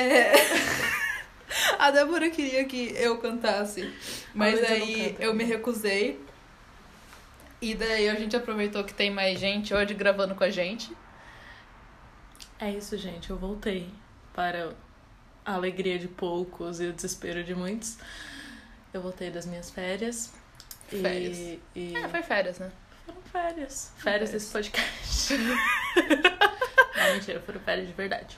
A Débora queria que eu cantasse, mas aí eu me recusei. E daí a gente aproveitou que tem mais gente hoje gravando com a gente. É isso, gente. Eu voltei para a alegria de poucos e o desespero de muitos. Eu voltei das minhas férias. Férias. Foi férias, né? Foram férias. Férias desse podcast. Não, mentira, foram férias de verdade.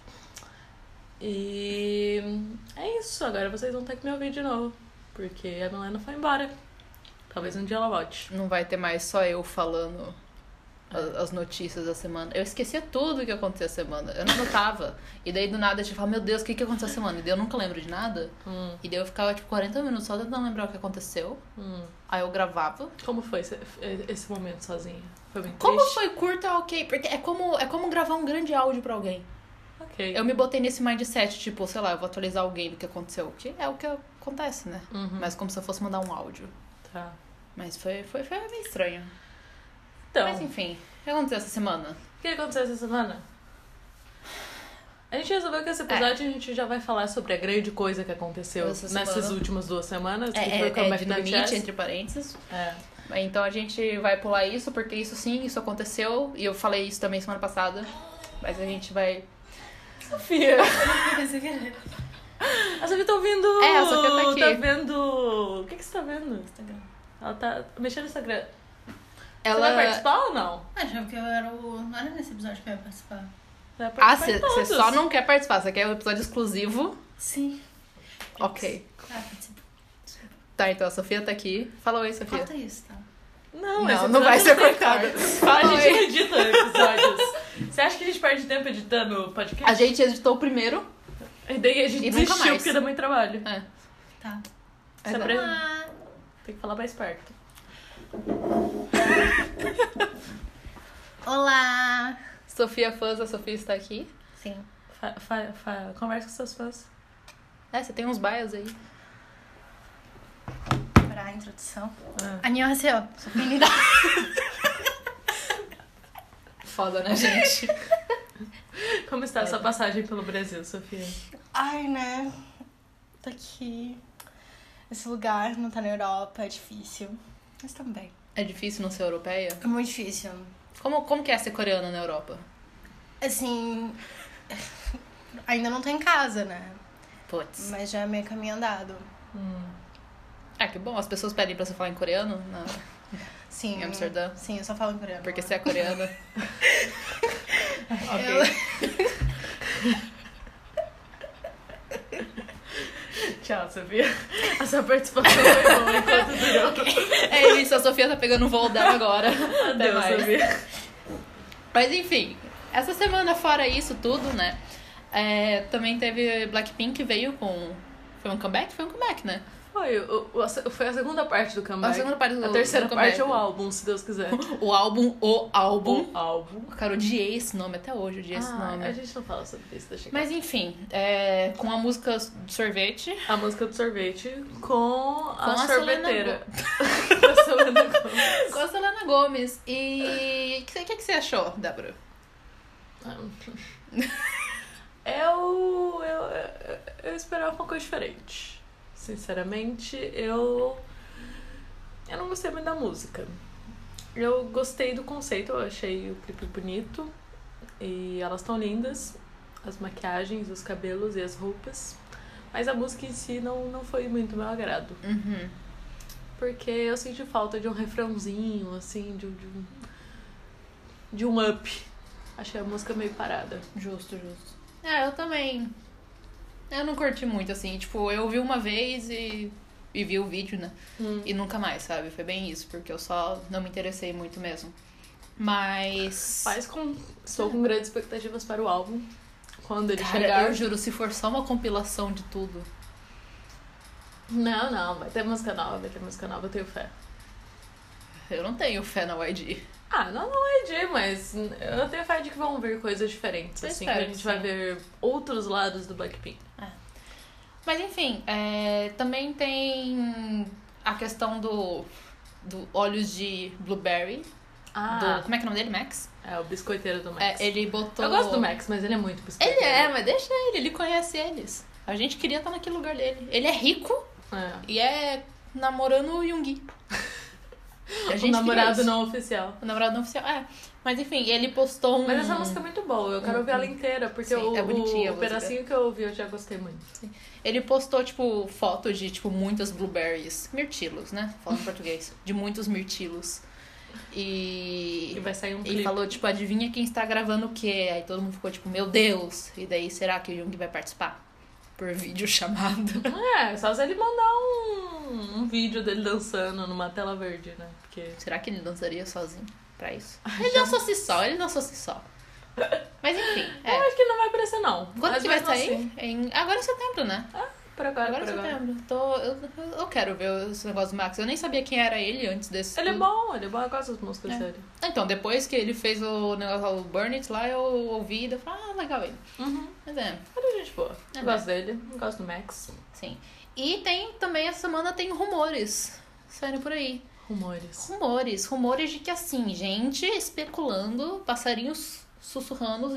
E é isso. Agora vocês vão ter que me ouvir de novo. Porque a Milena foi embora. Talvez um dia ela volte. Não vai ter mais só eu falando as notícias da semana. Eu esquecia tudo que aconteceu a semana. Eu não notava. E daí do nada eu tipo, meu Deus, o que aconteceu a semana? E daí eu nunca lembro de nada. E daí eu ficava tipo 40 minutos só tentando lembrar o que aconteceu. Aí eu gravava. Como foi esse momento sozinha? Foi bem Como triste? foi curta, ok. Porque é como gravar um grande áudio pra alguém. Ok. Eu me botei nesse mindset, tipo, sei lá, eu vou atualizar alguém do que aconteceu. Que é o que acontece, né? Mas como se eu fosse mandar um áudio. Tá. Mas foi meio estranho. Então, Mas enfim, o que aconteceu essa semana? o que aconteceu essa semana? A gente resolveu que esse episódio a gente já vai falar sobre a grande coisa que aconteceu nessas últimas 2 semanas. Que foi o comeback do dinamite, BTS. entre parênteses. É. Então a gente vai pular isso, porque isso sim, isso aconteceu. E eu falei isso também semana passada. Mas a gente vai... Sofia! A Sofia tá ouvindo... A Sofia tá aqui. Tá vendo... O que você tá vendo? Instagram. Ela tá mexendo no Instagram. Você vai participar ou não? Achava que eu era não era nesse episódio que eu ia participar. Você só não quer participar, você quer um episódio exclusivo? Sim. Ok. Participa. Tá, então a Sofia tá aqui. Fala oi, Sofia. Corta isso, tá? Não vai ser cortado. A gente edita episódios. Você acha que a gente perde tempo editando o podcast? A gente editou o primeiro. E daí a gente E nunca desistiu mais. porque dá muito trabalho. Tá. Você tem que falar mais perto. Olá! Sofia fãs, a Sofia está aqui. Sim. Conversa com seus fãs. Você tem uns bios aí. Para a introdução. Ah. 안녕하세요. 소피입니다. Foda, né, gente? Como está a sua passagem pelo Brasil, Sofia? Ai, né? Tô aqui. Esse lugar não tá na Europa, é difícil. Mas também. É difícil não ser europeia? É muito difícil. Como que é ser coreana na Europa? Assim... Ainda não tô em casa, né? Putz. Mas já é meio caminho andado. Que bom. As pessoas pedem pra você falar em coreano Sim. em Amsterdã. Sim, eu só falo em coreano. Porque você é coreana. Tchau, Sofia. A sua participação foi boa enquanto durou. É isso, a Sofia tá pegando o voo dela agora. Até Adeus, mais. Sofia. Mas enfim, essa semana fora isso tudo, né? Também teve Blackpink que veio com... Foi um comeback? Foi um comeback, né? Foi a segunda parte do comeback. A segunda parte do A terceira do parte comeback. é o álbum, se Deus quiser. O álbum. O álbum. Cara, eu odiei esse nome, até hoje eu odiei esse nome. A gente não fala sobre isso, deixa Mas enfim, com a música do sorvete. a música do sorvete com a a sorveteira. Com a Selena Gomez. Com a Selena Gomez. E o que você achou, Débora? Eu esperava uma coisa diferente. Sinceramente, eu não gostei muito da música. Eu gostei do conceito, eu achei o clipe bonito. E elas estão lindas. As maquiagens, os cabelos e as roupas. Mas a música em si não foi muito meu agrado. Porque eu senti falta de um refrãozinho, assim, de um up. Achei a música meio parada. Justo. Eu também. Eu não curti muito, assim. Tipo, eu vi uma vez e vi o vídeo, né? E nunca mais, sabe? Foi bem isso, porque eu só não me interessei muito mesmo. Mas Estou com grandes expectativas para o álbum. Quando ele cara, chegar. eu juro, se for só uma compilação de tudo. Não, vai ter música nova, eu tenho fé. Eu não tenho fé na YG. Não é de, mas eu tenho fé de que vão vir coisas diferentes, Eu assim, que espero a gente que vai sim. ver outros lados do Blackpink. Mas enfim, também tem a questão do Olhos de Blueberry, Como é que é o nome dele? Max? É, o biscoiteiro do Max. Ele botou... Eu gosto do Max, mas ele é muito biscoiteiro. Mas deixa ele conhece eles. A gente queria estar naquele lugar dele. Ele é rico e é namorando o Yoongi. O namorado não oficial. O namorado não oficial, Mas enfim, ele postou um... Mas essa música é muito boa, eu quero ouvir ela inteira, porque o pedacinho que eu ouvi eu já gostei muito. Sim. Ele postou, tipo, foto de, tipo, muitas blueberries, mirtilos, né? Falando em português. De muitos mirtilos. E vai sair um clipe. E falou, tipo, adivinha quem está gravando o quê? Aí todo mundo ficou, tipo, meu Deus! E daí, será que o Yoongi vai participar? Por vídeo chamado. Só se ele mandar um vídeo dele dançando numa tela verde, né? Porque... Será que ele dançaria sozinho pra isso? Ele dançou se só. Mas enfim. Eu acho que não vai aparecer, não. Quando que vai sair? Assim. Agora em setembro, né? Por agora. Em setembro. Eu quero ver esse negócio do Max. Eu nem sabia quem era ele antes desse. Ele é bom, eu gosto das músicas dele. Então, depois que ele fez o negócio do Burn It lá, eu ouvi e falei, legal ele. Mas Ele é gente boa. Eu gosto dele, gosto do Max. Sim. E tem também, essa semana tem rumores saindo por aí. Rumores de que assim, gente especulando, passarinhos sussurrando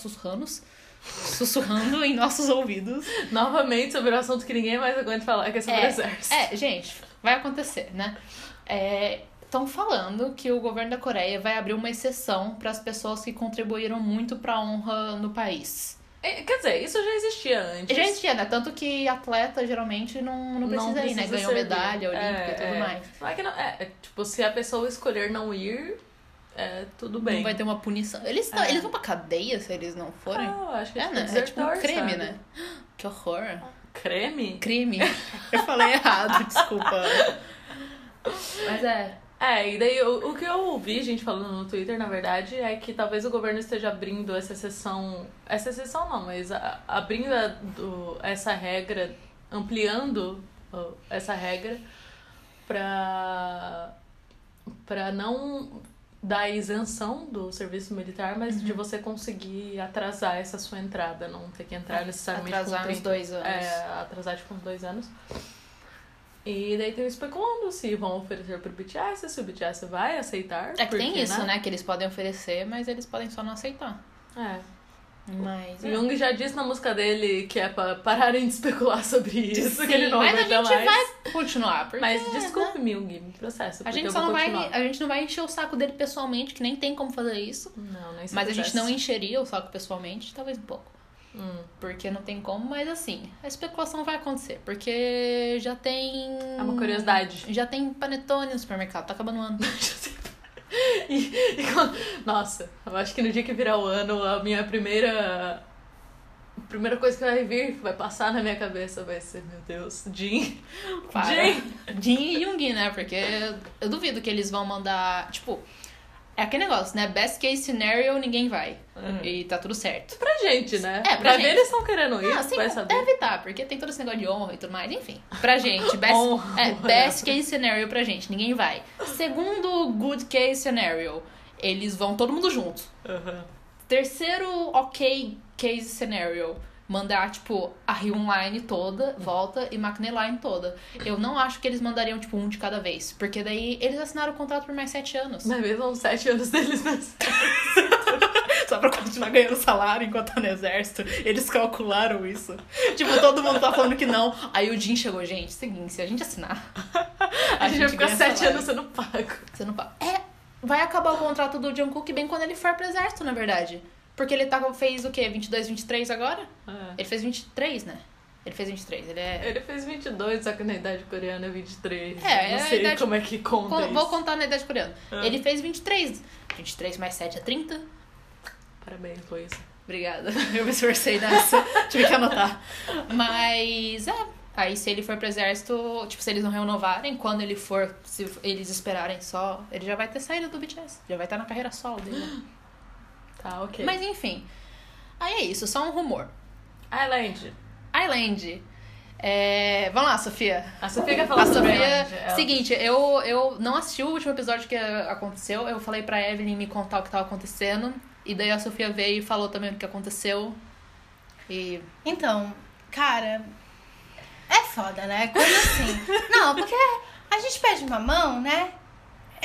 em nossos ouvidos. Novamente sobre o assunto que ninguém mais aguenta falar, que é sobre o exército. Gente, vai acontecer, né? Estão falando que o governo da Coreia vai abrir uma exceção para as pessoas que contribuíram muito para a honra no país. Quer dizer, isso já existia antes. Já existia, né? Tanto que atleta geralmente não precisa ir, né? Ganhou medalha olímpica e tudo mais. Não é que não, tipo, se a pessoa escolher não ir, tudo bem. Não vai ter uma punição. Eles vão pra cadeia se eles não forem? Acho que é tipo um crime, sabe? Né? Que horror. Crime? Crime. Eu falei errado, desculpa. Mas e daí o que eu ouvi gente falando no Twitter, na verdade, é que talvez o governo esteja abrindo essa exceção não, mas abrindo essa regra, ampliando essa regra pra não dar isenção do serviço militar, mas de você conseguir atrasar essa sua entrada, não ter que entrar necessariamente atrasar uns 2 anos. Atrasar tipo uns 2 anos. E daí tem especulando se vão oferecer pro BTS, se o BTS vai aceitar. Que tem isso, né? Que eles podem oferecer, mas eles podem só não aceitar. Mas... O Yoongi já disse na música dele que é pra pararem de especular sobre isso, que ele não aguenta mais. Mas a gente vai continuar, porque... Mas desculpe, Yoongi, me processa, a gente não vai encher o saco dele pessoalmente, que nem tem como fazer isso. Não, nem se Mas a gente não encheria o saco pessoalmente, talvez um pouco. Porque não tem como, mas assim, a especulação vai acontecer, porque já tem... É uma curiosidade. Já tem panetone no supermercado, tá acabando o ano. Nossa, eu acho que no dia que virar o ano, a minha primeira coisa que vai passar na minha cabeça vai ser, meu Deus, Jin e Yoongi, né? Porque eu duvido que eles vão mandar, tipo... É aquele negócio, né? Best case scenario, ninguém vai. E tá tudo certo. Pra gente, né? Pra gente. Ver eles estão querendo ir, assim, vai saber. Deve estar, porque tem todo esse negócio de honra e tudo mais. Enfim, pra gente. Best case scenario pra gente, ninguém vai. Segundo good case scenario, eles vão todo mundo junto. Terceiro ok case scenario, mandar, tipo, a Hyun Line toda, volta, e Maknae Line toda. Eu não acho que eles mandariam, tipo, um de cada vez. Porque daí eles assinaram o contrato por mais 7 anos. Mas mesmo uns 7 anos deles nesse Só pra continuar ganhando salário enquanto tá no exército. Eles calcularam isso. Tipo, todo mundo tá falando que não. Aí o Jin chegou, gente, seguinte, se a gente assinar... a gente vai ficar 7 anos sendo pago. Você não paga. Vai acabar o contrato do Jungkook bem quando ele for pro exército, na verdade. Porque ele fez o quê? 22, 23 agora? Ele fez 23, né? Ele fez 23, Ele fez 22, só que na idade coreana é 23. Não sei como é que conta isso. Vou contar na idade coreana. Ele fez 23. 23 mais 7 é 30. Parabéns, Luísa. Obrigada. Eu me esforcei nessa. Tive que anotar. Mas, aí se ele for pro exército, tipo, se eles não renovarem, quando ele for, se eles esperarem só, ele já vai ter saído do BTS. Já vai estar na carreira solo dele. Tá, ok. Mas enfim. Aí é isso, só um rumor. Island. Vamos lá, Sofia. A Sofia quer falar sobre Island. Seguinte, eu não assisti o último episódio que aconteceu. Eu falei pra Evelyn me contar o que tava acontecendo. E daí a Sofia veio e falou também o que aconteceu. Então, cara, é foda, né? Coisa assim. Não, porque a gente pede uma mão, né?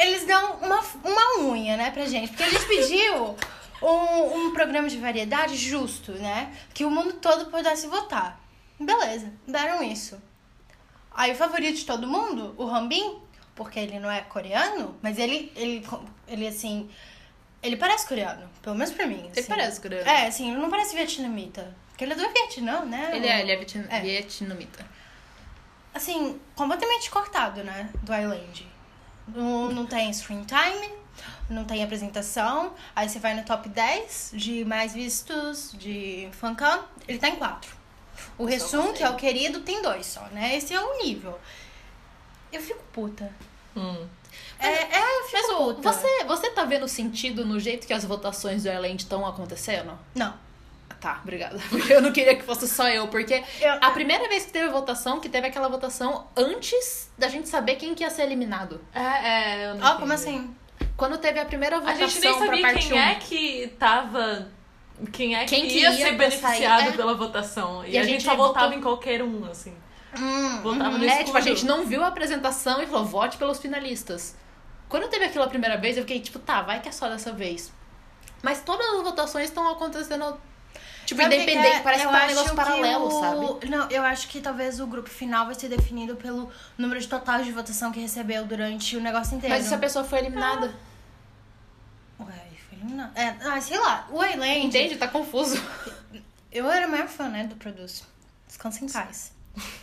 eles dão uma unha, né, pra gente. Porque a gente pediu um programa de variedade justo, né? Que o mundo todo pudesse votar. Beleza, deram isso. Aí o favorito de todo mundo, o Hanbin, porque ele não é coreano, mas ele assim, ele parece coreano, pelo menos pra mim. Ele assim. parece coreano. É, assim, ele não parece vietnamita. Porque ele é do Vietnã, né? Ele é vietnamita. Assim, completamente cortado, né? Do Island. Não tem screen time, não tem apresentação. Aí você vai no top 10 de mais vistos de fancam, ele tá em 4. O Resum, que é o querido, tem 2 só, né? Esse é o nível. Eu fico puta. Eu fico puta. Você tá vendo sentido no jeito que as votações do Island estão acontecendo? Não. Tá, obrigada. Porque eu não queria que fosse só eu, porque a primeira vez que teve votação, que teve aquela votação antes da gente saber quem que ia ser eliminado. Eu não Como assim? Quando teve a primeira votação a gente nem sabia pra parte quem 1. é que tava... Quem é que Quem que ia ia ser beneficiado sair, pela votação. E E a gente só votava votou em qualquer um, assim. Votava no tipo, a escuro. gente não viu a apresentação e falou, vote pelos finalistas. Quando teve aquilo a primeira vez, eu fiquei tipo, tá, vai que é só dessa vez. Mas todas as votações estão acontecendo, tipo, Sabe independente, que parece que eu tá um acho negócio paralelo, sabe? Não, eu acho que talvez o grupo final vai ser definido pelo número de totais de votação que recebeu durante o negócio inteiro. Mas se a pessoa foi eliminada? Ué, foi eliminado. Sei lá, o Island... Entende? Tá confuso. Eu era a maior fã, né, do Produce. Descansa em paz.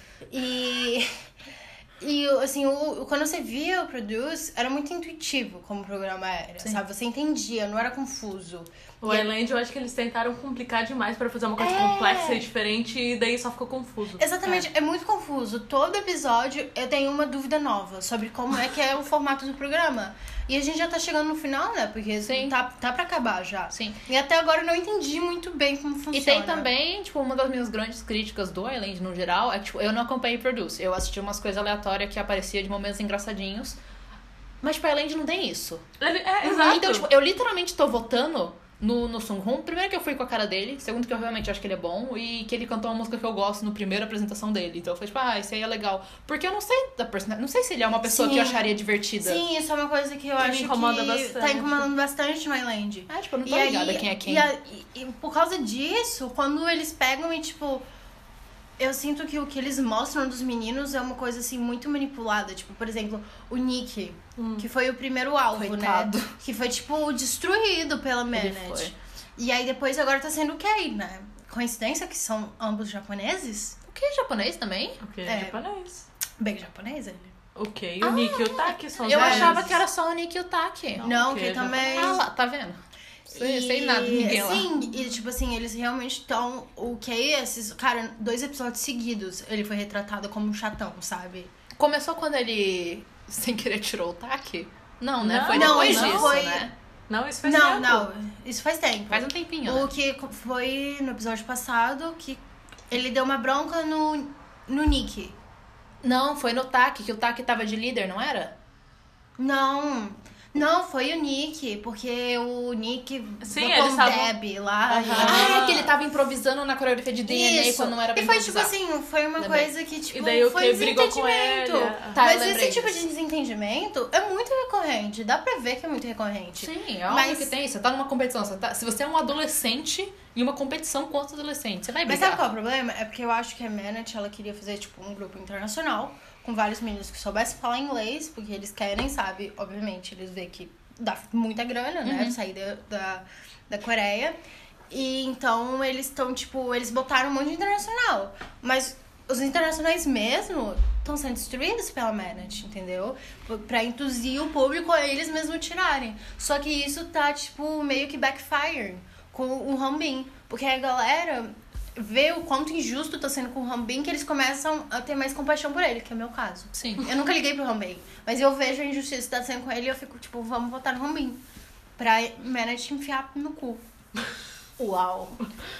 E assim, quando você via o Produce, era muito intuitivo como o programa era, sabe? Você entendia, não era confuso. O Island, eu acho que eles tentaram complicar demais pra fazer uma coisa complexa e diferente, e daí só ficou confuso. Exatamente, é muito confuso. Todo episódio eu tenho uma dúvida nova sobre como é que é o formato do programa. E a gente já tá chegando no final, né? Porque tá pra acabar já. Sim. E até agora eu não entendi muito bem como funciona. E tem também, tipo, uma das minhas grandes críticas do Island no geral é que, tipo, eu não acompanhei Produce. Eu assisti umas coisas aleatórias que aparecia de momentos engraçadinhos. Mas, tipo, Island não tem isso. Exato. Então, tipo, eu literalmente tô votando no Sung-hoon. Primeiro que eu fui com a cara dele. Segundo que eu realmente acho que ele é bom. E que ele cantou uma música que eu gosto no primeira apresentação dele. Então eu falei, tipo, esse aí é legal. Porque eu não sei da personalidade. Não sei se ele é uma pessoa que eu acharia divertida. Sim, isso é uma coisa que eu acho me incomoda que bastante. tá incomodando bastante no Island. Tipo, eu não tô ligada quem é quem. E por causa disso, quando eles pegam e, tipo... Eu sinto que o que eles mostram dos meninos é uma coisa, assim, muito manipulada. Tipo, por exemplo, o Nick, que foi o primeiro alvo, Coitado. né? Que foi, tipo, destruído pela Manet. E aí depois agora tá sendo o Kei, né? Coincidência que são ambos japoneses? O que é japonês também? O que é japonês? Bem japonês, ele. O Kei, o Nick e o Taki são Eu japoneses. achava que era só o Nick e o Taki. Não, o que Kei é também... Ah lá, tá vendo? Sei nada, ninguém lá. Sim, e tipo assim, eles realmente estão... O Kei, esses... Cara, 2 episódios seguidos, ele foi retratado como um chatão, sabe? Começou quando ele, sem querer, tirou o Taki? Não, né? Não, Foi não, depois isso disso, foi- né? Não, isso faz tempo. Não, isso faz tempo. Faz um tempinho, né? O que foi no episódio passado, que ele deu uma bronca no Nick. Não, foi no Taki, que o Taki tava de líder, não era? Não, foi o Nick, porque o Nick Sim, botou eles um estavam- Deb lá. Ah, é que ele tava improvisando na coreografia de DNA Isso. quando não era pra E foi tipo improvisar. assim, foi uma Lembrei. coisa que tipo E daí o foi Kei brigou com desentendimento. ele. Tá, eu Mas lembrei esse tipo disso. de desentendimento é muito recorrente. Dá pra ver que é muito recorrente. Sim, é óbvio Mas- que tem. Você tá numa competição. Se você é um adolescente em uma competição com outros adolescentes, você vai Mas brigar. sabe qual é o problema? É porque eu acho que a Manet, ela queria fazer, tipo, um grupo internacional com vários meninos que soubessem falar inglês, porque eles querem, sabe? Obviamente, eles veem que dá muita grana, né? Sair da Coreia. E então, eles estão, tipo... Eles botaram um monte de internacional. Mas os internacionais mesmo estão sendo destruídos pela Manet, entendeu? Pra induzir o público a eles mesmos tirarem. Só que isso tá, tipo, meio que backfire com o Hanbin. Porque a galera vê o quanto injusto tá sendo com o Hanbin, que eles começam a ter mais compaixão por ele, que é o meu caso. Sim. Eu nunca liguei pro Hanbin, mas eu vejo a injustiça que tá sendo com ele e eu fico, tipo, vamos votar no Hanbin. Pra Manet enfiar no cu. Uau.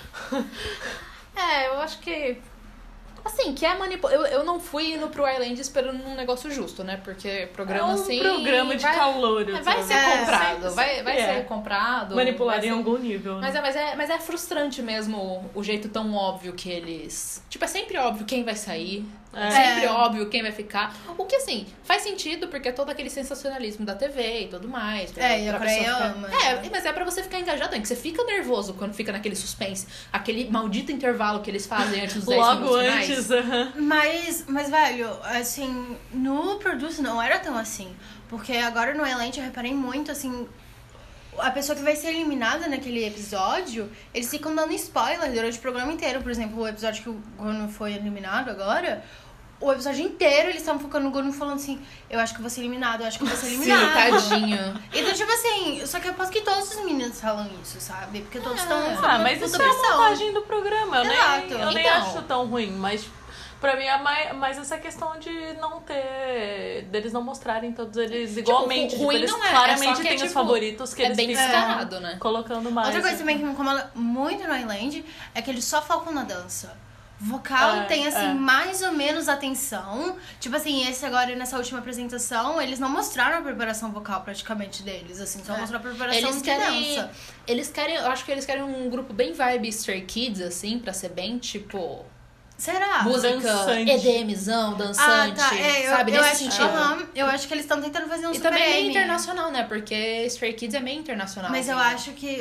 Eu acho que... Assim, que é manipulação. Eu não fui indo pro Island esperando um negócio justo, né? Porque programa assim... programa de calouro. Vai ser É, comprado. Vai É. ser comprado. Manipulado vai em ser- algum nível. Né? Mas é frustrante mesmo o jeito tão óbvio que eles... Tipo, é sempre óbvio quem vai sair. É sempre óbvio quem vai ficar. O que, assim, faz sentido, porque é todo aquele sensacionalismo da TV e tudo mais. E a Coreia ama. Mas é pra você ficar engajado, que você fica nervoso quando fica naquele suspense. Aquele maldito intervalo que eles fazem antes dos 10 minutos finais. Logo antes, Mas, velho, assim, no Produce não era tão assim. Porque agora no Island eu reparei muito, assim... A pessoa que vai ser eliminada naquele episódio, eles ficam dando spoiler durante o programa inteiro. Por exemplo, o episódio que o Gono foi eliminado agora, o episódio inteiro eles estavam focando no Gono falando assim, eu acho que eu vou ser eliminado, eu acho que eu vou ser eliminado. Sim, tadinho. Então, tipo assim, só que eu aposto que todos os meninos falam isso, sabe? Porque todos estão... mas isso é a montagem do programa. Eu nem acho tão ruim, mas... Pra mim é mais essa questão de não ter... Deles não mostrarem todos eles igualmente. Ruim eles não é, claramente têm os favoritos que eles bem descarado, né? Colocando mais. Outra coisa também que me incomoda muito no Island é que eles só focam na dança. Vocal tem, assim, mais ou menos atenção. Tipo assim, esse agora, nessa última apresentação, eles não mostraram a preparação vocal praticamente deles, assim. Só mostraram a preparação de dança. Eu acho que eles querem um grupo bem vibe Stray Kids, assim, pra ser bem, tipo... Será? Música dançante. EDMzão, dançante, sabe? Eu nesse acho, sentido. eu acho que eles estão tentando fazer um e super também é meio M. internacional, né? Porque Stray Kids é meio internacional. Mas assim, eu acho que...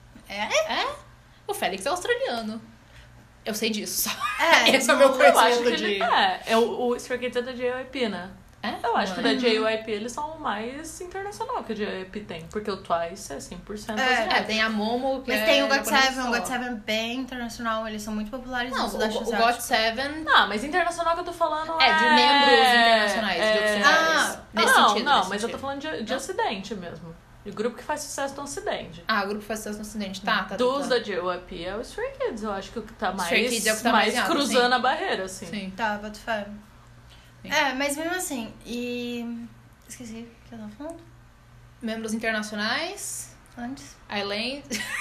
O Félix é australiano. Eu sei disso. É, esse é o meu Eu acho conhecimento que o Stray Kids é da JYP, né? Eu acho que da Uhum. JYP eles são mais internacional que a JYP tem. Porque o Twice é 100% asiático. tem a Momo, que Mas é tem o japonês GOT7, só. o GOT7 é bem internacional, eles são muito populares. Não, isso o da Shazam. GOT7 Não, mas internacional que eu tô falando de membros internacionais, de outros lugares. Nesse sentido, Não, nesse mas eu sentido. tô falando de Ocidente mesmo. De grupo que faz sucesso no Ocidente. O grupo faz sucesso no Ocidente. Dos da JYP é o Stray Kids. Eu acho que o que tá mais, Stray Kids é o que tá mais alto, cruzando sim. a barreira, assim. Sim. Tá, boto fé. Sim. Mas mesmo assim, esqueci o que eu tava falando Membros internacionais... antes. Island.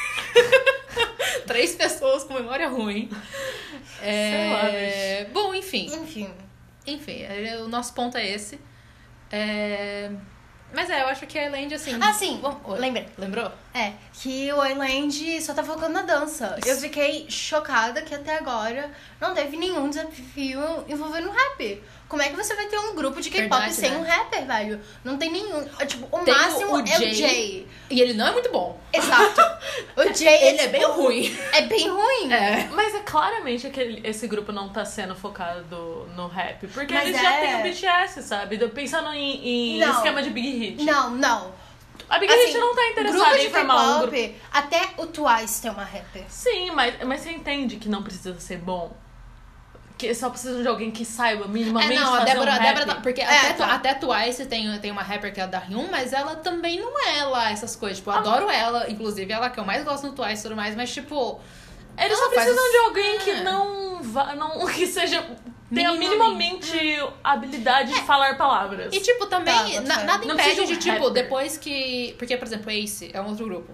3 pessoas com memória ruim. Sei lá, bicho. Bom, enfim, o nosso ponto é esse. Mas eu acho que a Island, assim... Sim, lembrei. Lembrou? Que o Island só tá focando na dança. Eu fiquei chocada que até agora não teve nenhum desafio envolvendo rap. Como é que você vai ter um grupo de K-pop Verdade, sem né? um rapper, velho? Não tem nenhum. Tipo, o Tem máximo o é o Jay. Jay. E ele não é muito bom. Exato. O Jay Ele é bem ruim. É bem ruim. Mas é claramente que esse grupo não tá sendo focado no rap. Porque Mas eles já têm o BTS, sabe? Pensando em Não. esquema de Big Hit. Não. A Big Hit não tá interessada grupo em de formar um K-pop, grupo. até o Twice tem uma rapper. Sim, mas você entende que não precisa ser bom? Que só precisa de alguém que saiba minimamente a fazer Débora, um rap. porque até Twice tem uma rapper que é a da Hyun, mas ela também não é lá essas coisas. Tipo, eu adoro ela, inclusive ela que eu mais gosto no Twice e tudo mais, mas tipo... Eles só precisam de alguém que não que seja... Tenha minimamente habilidade de falar palavras. E tipo, também, nada Não impede precisa de de, tipo, rapper. depois que... Porque, por exemplo, Ace é um outro grupo.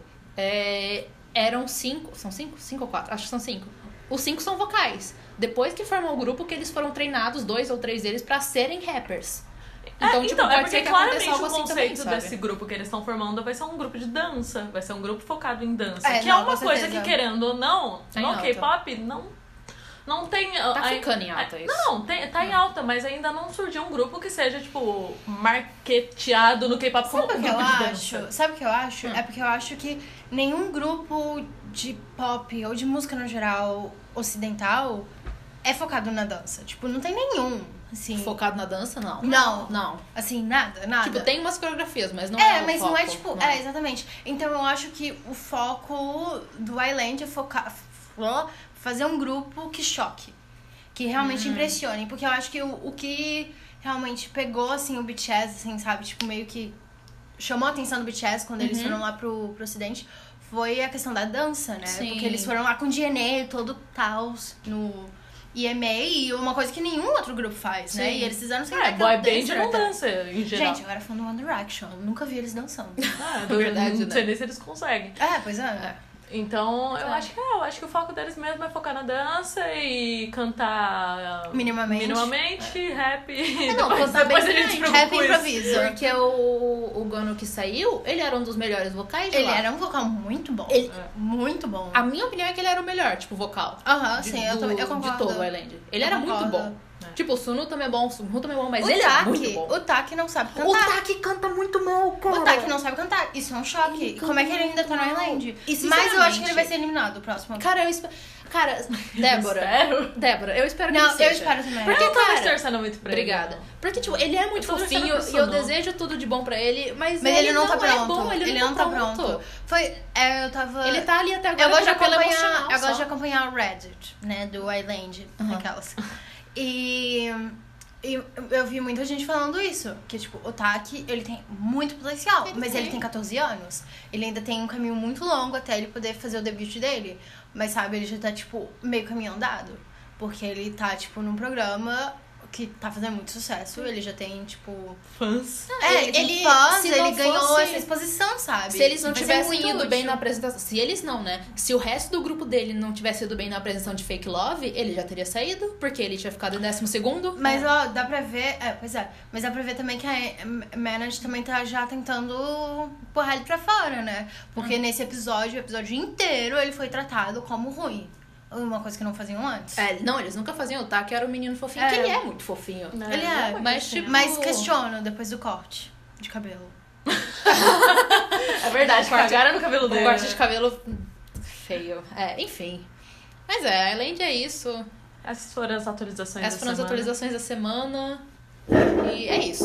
Eram 5... São 5? 5 ou 4? Acho que são 5. Os 5 são vocais. Depois que formou o grupo, que eles foram treinados, 2 ou 3 deles, pra serem rappers. Então, tipo, pode porque ser que claramente aconteça algo o assim conceito também, desse grupo que eles estão formando vai ser um grupo de dança. Vai ser um grupo focado em dança. É, que não, é uma com coisa certeza. que, querendo ou não, Tá em no alta. K-pop, não tem... Tá ficando em alta isso. Não, tá em alta, mas ainda não surgiu um grupo que seja, tipo, marketeado no K-pop como um Sabe o que grupo eu de acho? dança. Sabe o que eu acho? É porque eu acho que nenhum grupo de pop ou de música no geral ocidental é focado na dança. Tipo, não tem nenhum, assim. Focado na dança, não. Não. Assim, nada. Tipo, tem umas coreografias, mas não é o mas foco, não é tipo... não. Exatamente. Então eu acho que o foco do Island é fazer um grupo que choque. Que realmente impressione. Porque eu acho que o que realmente pegou, assim, o BTS, assim, sabe? Tipo, meio que chamou a atenção do BTS quando eles foram lá pro Ocidente foi a questão da dança, né? Sim. Porque eles foram lá com DNA todo tal no EMA e uma coisa que nenhum outro grupo faz, né? Sim. E eles fizeram sem Boy band não dança, em geral. Gente, agora falando do One Direction, eu nunca vi eles dançando. Verdade, não né? sei nem se eles conseguem. Pois é. Então, eu acho que o foco deles mesmo é focar na dança e cantar Minimamente. rap. Não, depois cantar depois a bem gente se grande, preocupa rap com isso. improviso. Porque o Gono que saiu, ele era um dos melhores vocais de Ele lá. era um vocal muito bom. Muito bom. A minha opinião é que ele era o melhor, tipo, vocal. Aham, sim, eu concordo. De todo o Island. Ele era muito concordo. bom. Tipo, o Sunu também é bom, o Sunu também é bom, mas O ele é Taki, muito bom. o Taki não sabe cantar. O Taki canta muito mal, cara. O Taki não sabe cantar. Isso é um choque. Ele Como é que ele ainda tá no canta mal. Island? E, Mas eu acho que ele vai ser eliminado o próximo. Cara, eu espero... Cara, Débora, eu espero que Não, ele seja. eu espero também. Porque, eu não tava cara... torcendo muito pra ele. Obrigada. Porque, tipo, ele é muito Eu tô torcendo fofinho pro e eu Sunu. desejo tudo de bom pra ele, mas Mas ele não tá é pronto. bom, ele não tá pronto. Eu tava... Ele tá ali até agora Eu gosto de apelo acompanhar, emocional eu gosto só. de acompanhar o Reddit, né, do Island, aquelas. E eu vi muita gente falando isso, que tipo, o Taki, ele tem muito potencial, mas ele tem 14 anos. Ele ainda tem um caminho muito longo até ele poder fazer o debut dele, mas sabe, ele já tá tipo meio caminho andado, porque ele tá tipo num programa que tá fazendo muito sucesso, ele já tem tipo Fãs. ele tem ele- fãs, se ele não ganhou fosse- essa exposição, sabe? Se eles não Vai ser tivessem muito ido bem útil. na apresentação... Se eles não, né? Se o resto do grupo dele não tivesse ido bem na apresentação de Fake Love, ele já teria saído, porque ele tinha ficado em 12º. Mas, ó, dá pra ver... pois é. Mas dá pra ver também que a Manage também tá já tentando empurrar ele pra fora, né? Porque nesse episódio, o episódio inteiro, ele foi tratado como ruim. Uma coisa que não faziam antes. Não, eles nunca faziam o Taki, era o menino fofinho, É. que ele é muito fofinho. Ele é, Mas, tipo... Mas questiono depois do corte de cabelo. É verdade, cagaram no cabelo O dele. corte de cabelo feio. Enfim. Mas além de isso... Essas foram as atualizações Essas foram as da semana. atualizações da semana. E é isso.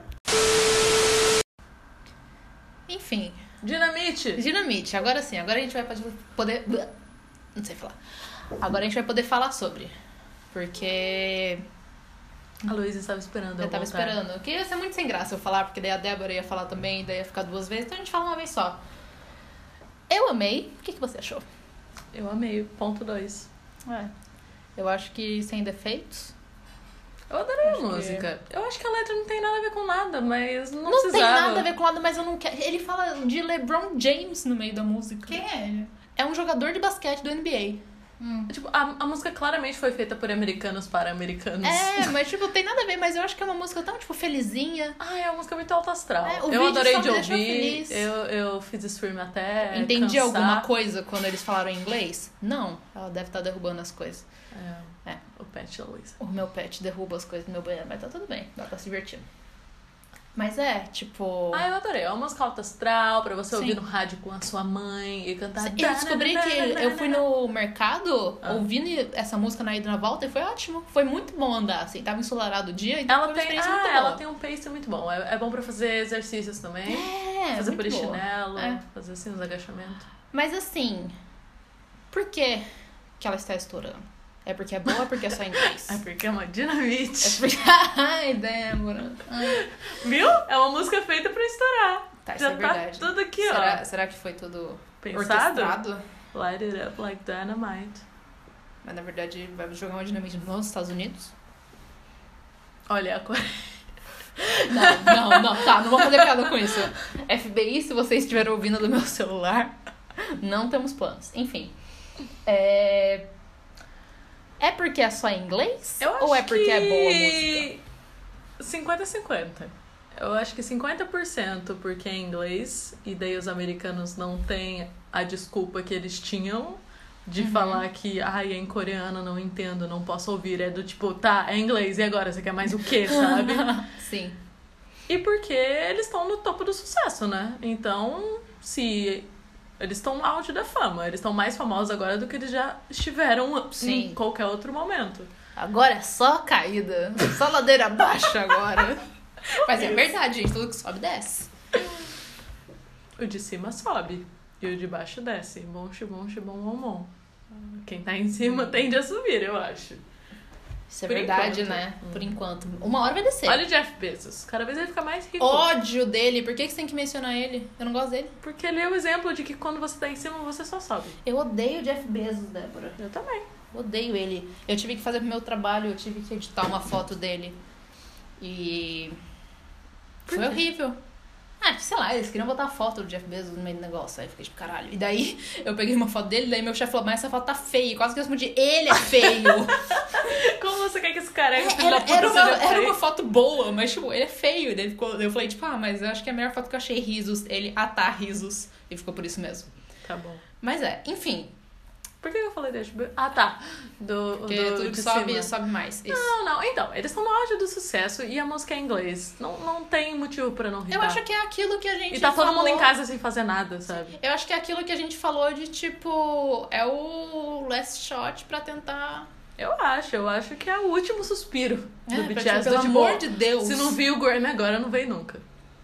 Enfim. Dinamite. Agora sim, agora a gente vai poder... Não sei falar. Agora a gente vai poder falar sobre. Porque A Luísa estava esperando eu tava esperando. Que ia ser muito sem graça eu falar, porque daí a Débora ia falar também, daí ia ficar 2 vezes, então a gente fala uma vez só. Eu amei. O que você achou? Eu amei. Ponto 2. Eu acho que sem defeitos. Eu adorei a Acho que- música. Eu acho que a letra não tem nada a ver com nada, mas não Não precisava. tem nada a ver com nada, mas eu não quero. Ele fala de LeBron James no meio da música. Quem é ele? É um jogador de basquete do NBA. Tipo, a música claramente foi feita por americanos para americanos. Mas tipo, tem nada a ver, mas eu acho que é uma música tão, tipo, felizinha. Ai, é uma música muito alto astral. O eu vídeo adorei só de me deixou ouvir. feliz. Eu fiz stream até Entendi cansar. alguma coisa quando eles falaram em inglês? Não. Ela deve estar derrubando as coisas. O pet da Luísa. O meu pet derruba as coisas do meu banheiro, mas tá tudo bem. Ela tá se divertindo. Mas tipo... Ah, eu adorei. É uma música alto astral pra você Sim. ouvir no rádio com a sua mãe e cantar. Eu descobri que eu fui no mercado ouvindo essa música na ida e na volta e foi ótimo. Foi muito bom andar, assim. Tava ensolarado o dia e foi Ela uma tem, experiência muito ela boa. tem um pace muito bom. É bom pra fazer exercícios também. Fazer muito polichinelo, boa. fazer assim uns agachamentos. Mas assim, por que ela está estourando? É porque é boa ou é porque é só inglês? É porque é uma dinamite. É porque... Ai, Débora. Ai. Viu? É uma música feita pra estourar. Tá, isso Já é verdade. tá tudo aqui, Será que foi tudo Pensado? orquestrado? ó. Light it up like dynamite. Mas na verdade vai jogar uma dinamite nos Estados Unidos? Olha a Coreia. Não, tá, não vou fazer piada com isso. FBI, se vocês estiverem ouvindo do meu celular, não temos planos. Enfim. É porque é só em inglês? Eu acho ou é porque que... é boa a música? 50-50. Eu acho que 50% porque é inglês, e daí os americanos não têm a desculpa que eles tinham de falar que, ai, é em coreano, não entendo, não posso ouvir. É do tipo, tá, é inglês, e agora? Você quer mais o quê, sabe? Sim. E porque eles estão no topo do sucesso, né? Então, se... Eles estão no auge da fama. Eles estão mais famosos agora do que eles já estiveram Sim. em qualquer outro momento. Agora é só caída. Só ladeira abaixo agora. Mas é verdade, gente. Tudo que sobe, desce. O de cima sobe e o de baixo desce. Bom, xibom, xibom, bom, bom. Quem tá em cima tende a subir, eu acho. Isso é Por verdade, enquanto. né? Por enquanto. Uma hora vai descer. Olha o Jeff Bezos. Cada vez ele fica mais rico. Ódio dele. Por que você tem que mencionar ele? Eu não gosto dele. Porque ele é o exemplo de que quando você tá em cima, você só sobe. Eu odeio o Jeff Bezos, Débora. Eu também. Odeio ele. Eu tive que fazer pro meu trabalho, eu tive que editar uma foto dele. E... Por foi quê? horrível. Sei lá, eles queriam botar a foto do Jeff Bezos no meio do negócio. Aí eu fiquei tipo, caralho. E daí eu peguei uma foto dele, daí meu chefe falou, mas essa foto tá feia. Quase que eu respondi, ele é feio. Como você quer que esse careca filho da puta Era seja uma feio? foto boa, mas tipo, ele é feio. Daí eu falei, tipo, mas eu acho que é a melhor foto que eu achei risos. Ele, tá, risos. E ficou por isso mesmo. Tá bom. Mas enfim. Por que eu falei da HBO? Ah, tá. Porque tudo que sobe mais. Isso. Não. Então, eles estão no auge do sucesso e a música é em inglês. Não tem motivo pra não hitar. Eu acho que é aquilo que a gente E tá falou... todo mundo em casa sem fazer nada, sabe? Eu acho que é aquilo que a gente falou de, tipo... É o last shot pra tentar... Eu acho que é o último suspiro do BTS. Tipo, pelo amor de Deus. Se não viu o Grammy agora, não veio nunca.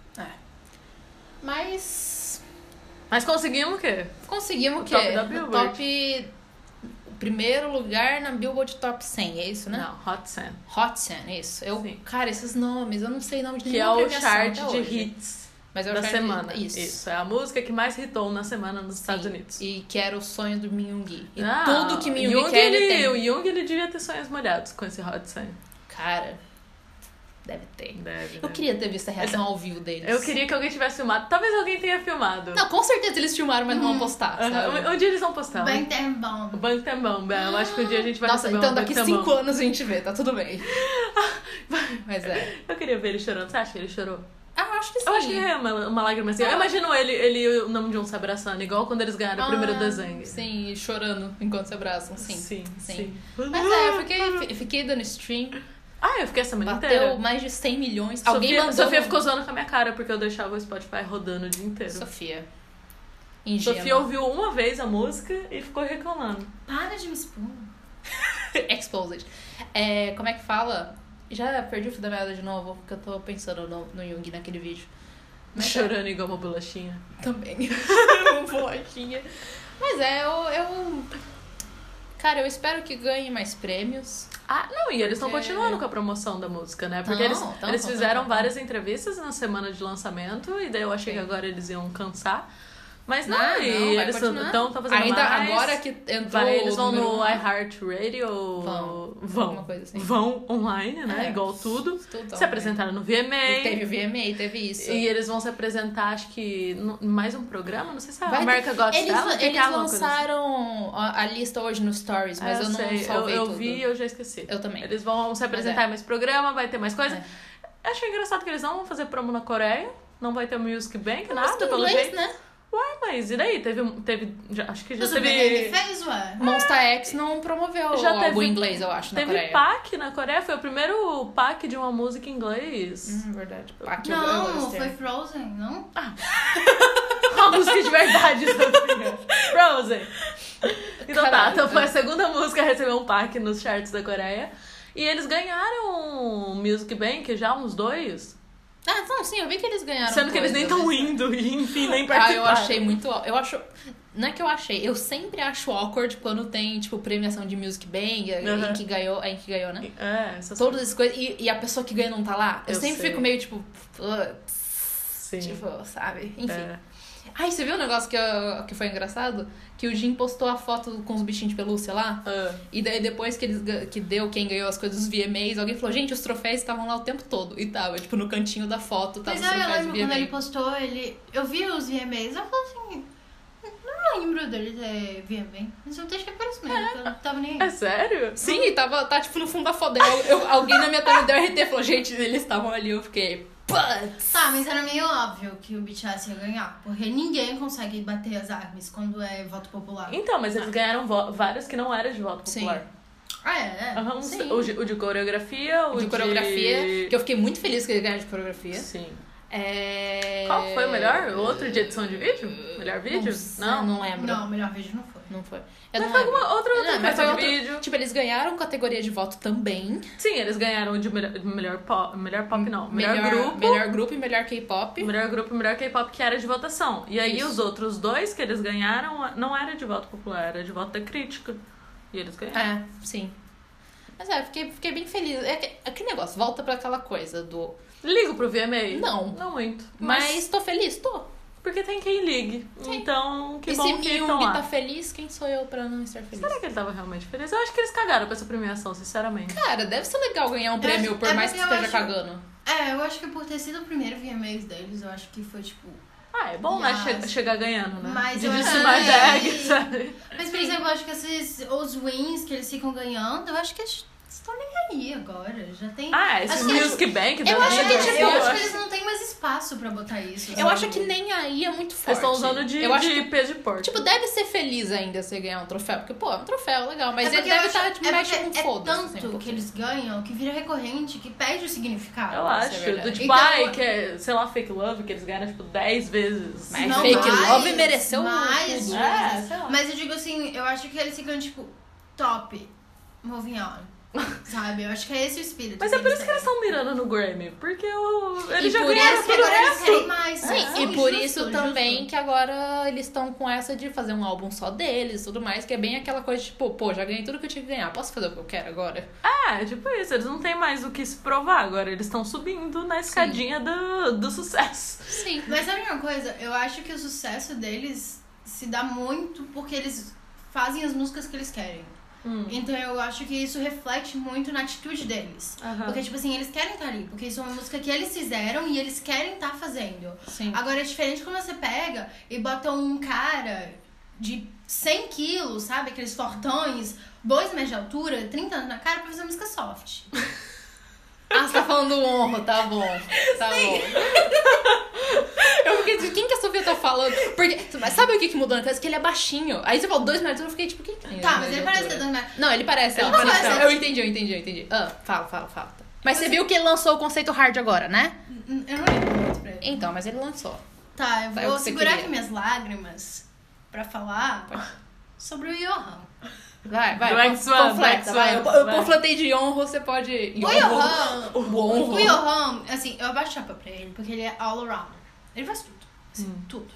Mas conseguimos o quê? Conseguimos o quê? Top da Billboard. O primeiro lugar na Billboard Top 100, é isso, né? Não, Hot 100. Hot 100, isso. Cara, esses nomes, eu não sei o nome de que nenhuma é o premiação chart até de hoje. hits Mas é o da chart semana. Isso. É a música que mais hitou na semana nos Estados Unidos. E que era o sonho do Minhyungi. E tudo que Minhyungi Jung, quer, ele tem. O Jung, ele devia ter sonhos molhados com esse Hot 100. Cara, deve ter. Deve. Eu queria ter visto a reação ao vivo deles. Eu queria que alguém tivesse filmado. Talvez alguém tenha filmado. Não, com certeza eles filmaram, mas não vão postar, sabe? Um dia eles vão postar. Bangtan-Bom. O Bangtan-Bom. Eu acho que um dia a gente vai Nossa, receber então um daqui Bangtan-Bom. 5 anos a gente vê, tá tudo bem. Mas é. Eu queria ver ele chorando. Você acha que ele chorou? Ah, eu acho que sim. Eu acho que é uma lágrima assim. Eu imagino ele e o Namjoon se abraçando, igual quando eles ganharam o primeiro desenho. Sim, chorando enquanto se abraçam, sim. Sim. Mas eu fiquei dando stream. Eu fiquei a semana Bateu inteira. mais de 100 milhões. Alguém mandou... Sofia ficou zoando com a minha cara, porque eu deixava o Spotify rodando o dia inteiro. Sofia. Ingênua. Sofia ouviu uma vez a música e ficou reclamando. Para de me expor. Exposed. Como é que fala? Já perdi o fio da meada de novo, porque eu tô pensando no Jung naquele vídeo. Mas chorando igual uma bolachinha. Também. Uma bolachinha. Mas Cara, eu espero que ganhe mais prêmios. E eles estão continuando com a promoção da música, né? Porque eles fizeram várias entrevistas na semana de lançamento, e daí eu achei que agora eles iam cansar. Mas não, eles estão fazendo ainda mais. Agora que entrou eles vão no 1. iHeartRadio. Alguma coisa assim. Vão online, né? Igual tudo. Se apresentaram no VMA. Teve o VMA, teve isso. E eles vão se apresentar, acho que mais um programa, não sei se é a America Got Talent. Eles lançaram a lista hoje no Stories, mas eu não salvei eu tudo. vi e eu já esqueci. Eu também. Eles vão se apresentar em mais programa, vai ter mais coisa. Achei engraçado que eles não vão fazer promo na Coreia. Não vai ter Music Bank, nada, pelo jeito. Né? Mas e daí? Acho que já Mas teve... o BM fez, ué. Monsta X não promoveu algo em inglês, eu acho, na Coreia. Teve PAC na Coreia, foi o primeiro PAC de uma música em inglês. Verdade. PAC não, foi Frozen, não? Uma música de verdade, Sofia. Frozen. Então foi a segunda música a receber um PAC nos charts da Coreia. E eles ganharam o Music Bank já uns 2. Sim, eu vi que eles ganharam. Sendo que eles nem estão indo e, enfim, nem participaram. Eu achei muito... Não é que eu achei. Eu sempre acho awkward quando tem, tipo, premiação de Music Bank, em que ganhou, né? Todas essas coisas. E a pessoa que ganha não tá lá. Eu sempre fico meio, tipo... Sim. Tipo, sabe? Enfim. Você viu um negócio que foi engraçado? Que o Jin postou a foto com os bichinhos de pelúcia lá. E daí depois que deu quem ganhou as coisas dos VMAs, alguém falou, gente, os troféus estavam lá o tempo todo. E tava, tipo, no cantinho da foto, tava os troféus eu lembro VMA. quando ele postou, eu vi os VMAs, eu falei assim, não lembro dele ter VMA. Mas eu acho que é por isso mesmo, que eu não tava nem aí. É sério? Sim, tá tipo no fundo da foto. Alguém na minha tela deu RT e falou, gente, eles estavam ali, eu fiquei... Mas era meio óbvio que o BTS ia ganhar. Porque ninguém consegue bater as ARMYs quando é voto popular. Então, mas eles ganharam vários que não eram de voto popular. Sim. O de coreografia, o de coreografia, que eu fiquei muito feliz que ele ganhou de coreografia. Sim. Qual foi o melhor? O outro de edição de vídeo? Melhor vídeo? Não lembro. Não, o melhor vídeo não foi. Não foi. Mas foi alguma outra edição de vídeo. Tipo, eles ganharam categoria de voto também. Sim, eles ganharam de melhor pop não. Melhor grupo e melhor K-pop. Melhor grupo e melhor K-pop, que era de votação. E aí os outros 2 que eles ganharam não era de voto popular, era de voto da crítica. E eles ganharam. Sim. Mas fiquei bem feliz. Aquele negócio, volta pra aquela coisa do... Ligo pro VMA? Não. Não muito. Mas tô feliz? Tô. Porque tem quem ligue. Sim. Então, que bom que estão lá. E se Myung tá feliz, quem sou eu pra não estar feliz? Será que ele tava realmente feliz? Eu acho que eles cagaram pra essa premiação, sinceramente. Cara, deve ser legal ganhar um prêmio, por mais que esteja cagando. Eu acho que por ter sido o primeiro VMAs deles, eu acho que foi, tipo... É bom, né? Chegar ganhando, né? Mas de eu acho sabe? Mas, por exemplo, eu acho que os wins que eles ficam ganhando, eu acho que eles estão nem aí agora. Já tem... Esse Music Bank da eu acho que vida. eles não têm mais espaço pra botar isso. Eu acho que nem aí é muito forte. Eles estão usando eu acho que, peso de porco. tipo, deve ser feliz ainda você ganhar um troféu. Porque, pô, é um troféu, legal. Mas É ele porque eu deve acho- estar, tipo, é mexe porque com foda-se. É tanto assim, um que eles ganham que vira recorrente, que perde o significado. Eu Isso é acho. verdade. Do tipo, Então- ai, que é, sei lá, fake love, que eles ganham, tipo, 10 vezes. Mas Não, Fake mais, Love mereceu mais tudo. vezes. sei lá. Mas eu digo assim, eu acho que eles ficam, tipo, top, moving on. Sabe? Eu acho que é esse o espírito. Mas é por isso que eles têm. estão mirando no Grammy. Porque E eles já por ganharam isso Porque tudo o agora eles resto. querem mais. Sim, né? e por Justo, isso também justo. que agora eles estão com essa de fazer um álbum só deles e tudo mais, que é bem aquela coisa, tipo, pô, já ganhei tudo que eu tinha que ganhar, posso fazer o que eu quero agora? É, tipo isso. Eles não têm mais o que se provar agora. Eles estão subindo na escadinha do sucesso. Sim. Mas sabe uma coisa? Eu acho que o sucesso deles se dá muito porque eles fazem as músicas que eles querem. Então eu acho que isso reflete muito na atitude deles. Aham. Porque, tipo assim, eles querem estar ali. Porque isso é uma música que eles fizeram e eles querem estar fazendo. Sim. Agora é diferente quando você pega e bota um cara de 100 quilos, sabe? Aqueles fortões, 2 metros de altura, 30 anos na cara pra fazer música soft. Ah, você tá falando do honro, tá bom. Tá bom. Eu fiquei assim, quem que a Sofia tá falando? Porque, mas sabe o que mudou na cabeça? Que ele é baixinho. Aí você falou 2 metros, eu fiquei tipo, quem que tem? Tá, 2 mas ele metros de parece ter altura? 2 metros. Não, ele parece. Ele Ele parece. parece. Eu entendi. Ah, fala. Mas você viu que ele lançou o conceito hard agora, né? Eu não lembro muito pra ele. Então, mas ele lançou. Tá, eu Tá, é o vou que você segurar queria. aqui minhas lágrimas pra falar sobre o Johan. Vai. Do X1, Panfleta, do vai. X1, Eu vai. panfletei de honro, você pode... O Johan, honro. o Johan, assim, eu abaixo a chapa pra ele, porque ele é all around. Ele faz tudo. Assim, tudo.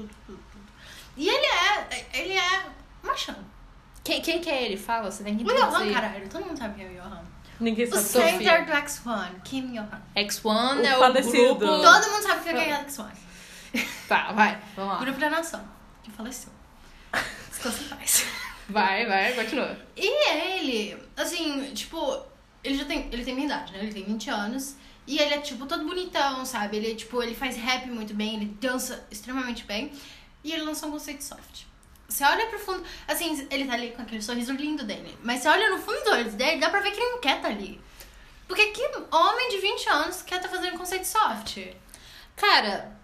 E ele é machão. Quem que é ele? Fala, você tem que O Johan, introduzir. caralho, todo mundo sabe quem é o Johan. Ninguém O sabe. Sofia. center do X1, Kim Johan. X1 O é o falecido. grupo... Todo mundo sabe quem é o X1. Tá, vai. Vamos lá. Grupo da Nação, que faleceu. Descansa em paz. Vai, continua. E ele, assim, tipo, ele tem minha idade, né? Ele tem 20 anos. E ele é, tipo, todo bonitão, sabe? Ele, tipo, ele faz rap muito bem, ele dança extremamente bem. E ele lançou um conceito soft. Você olha pro fundo, assim, ele tá ali com aquele sorriso lindo dele. Mas você olha no fundo dos olhos dele, dá pra ver que ele não quer tá ali. Porque que homem de 20 anos quer tá fazendo conceito soft? Cara...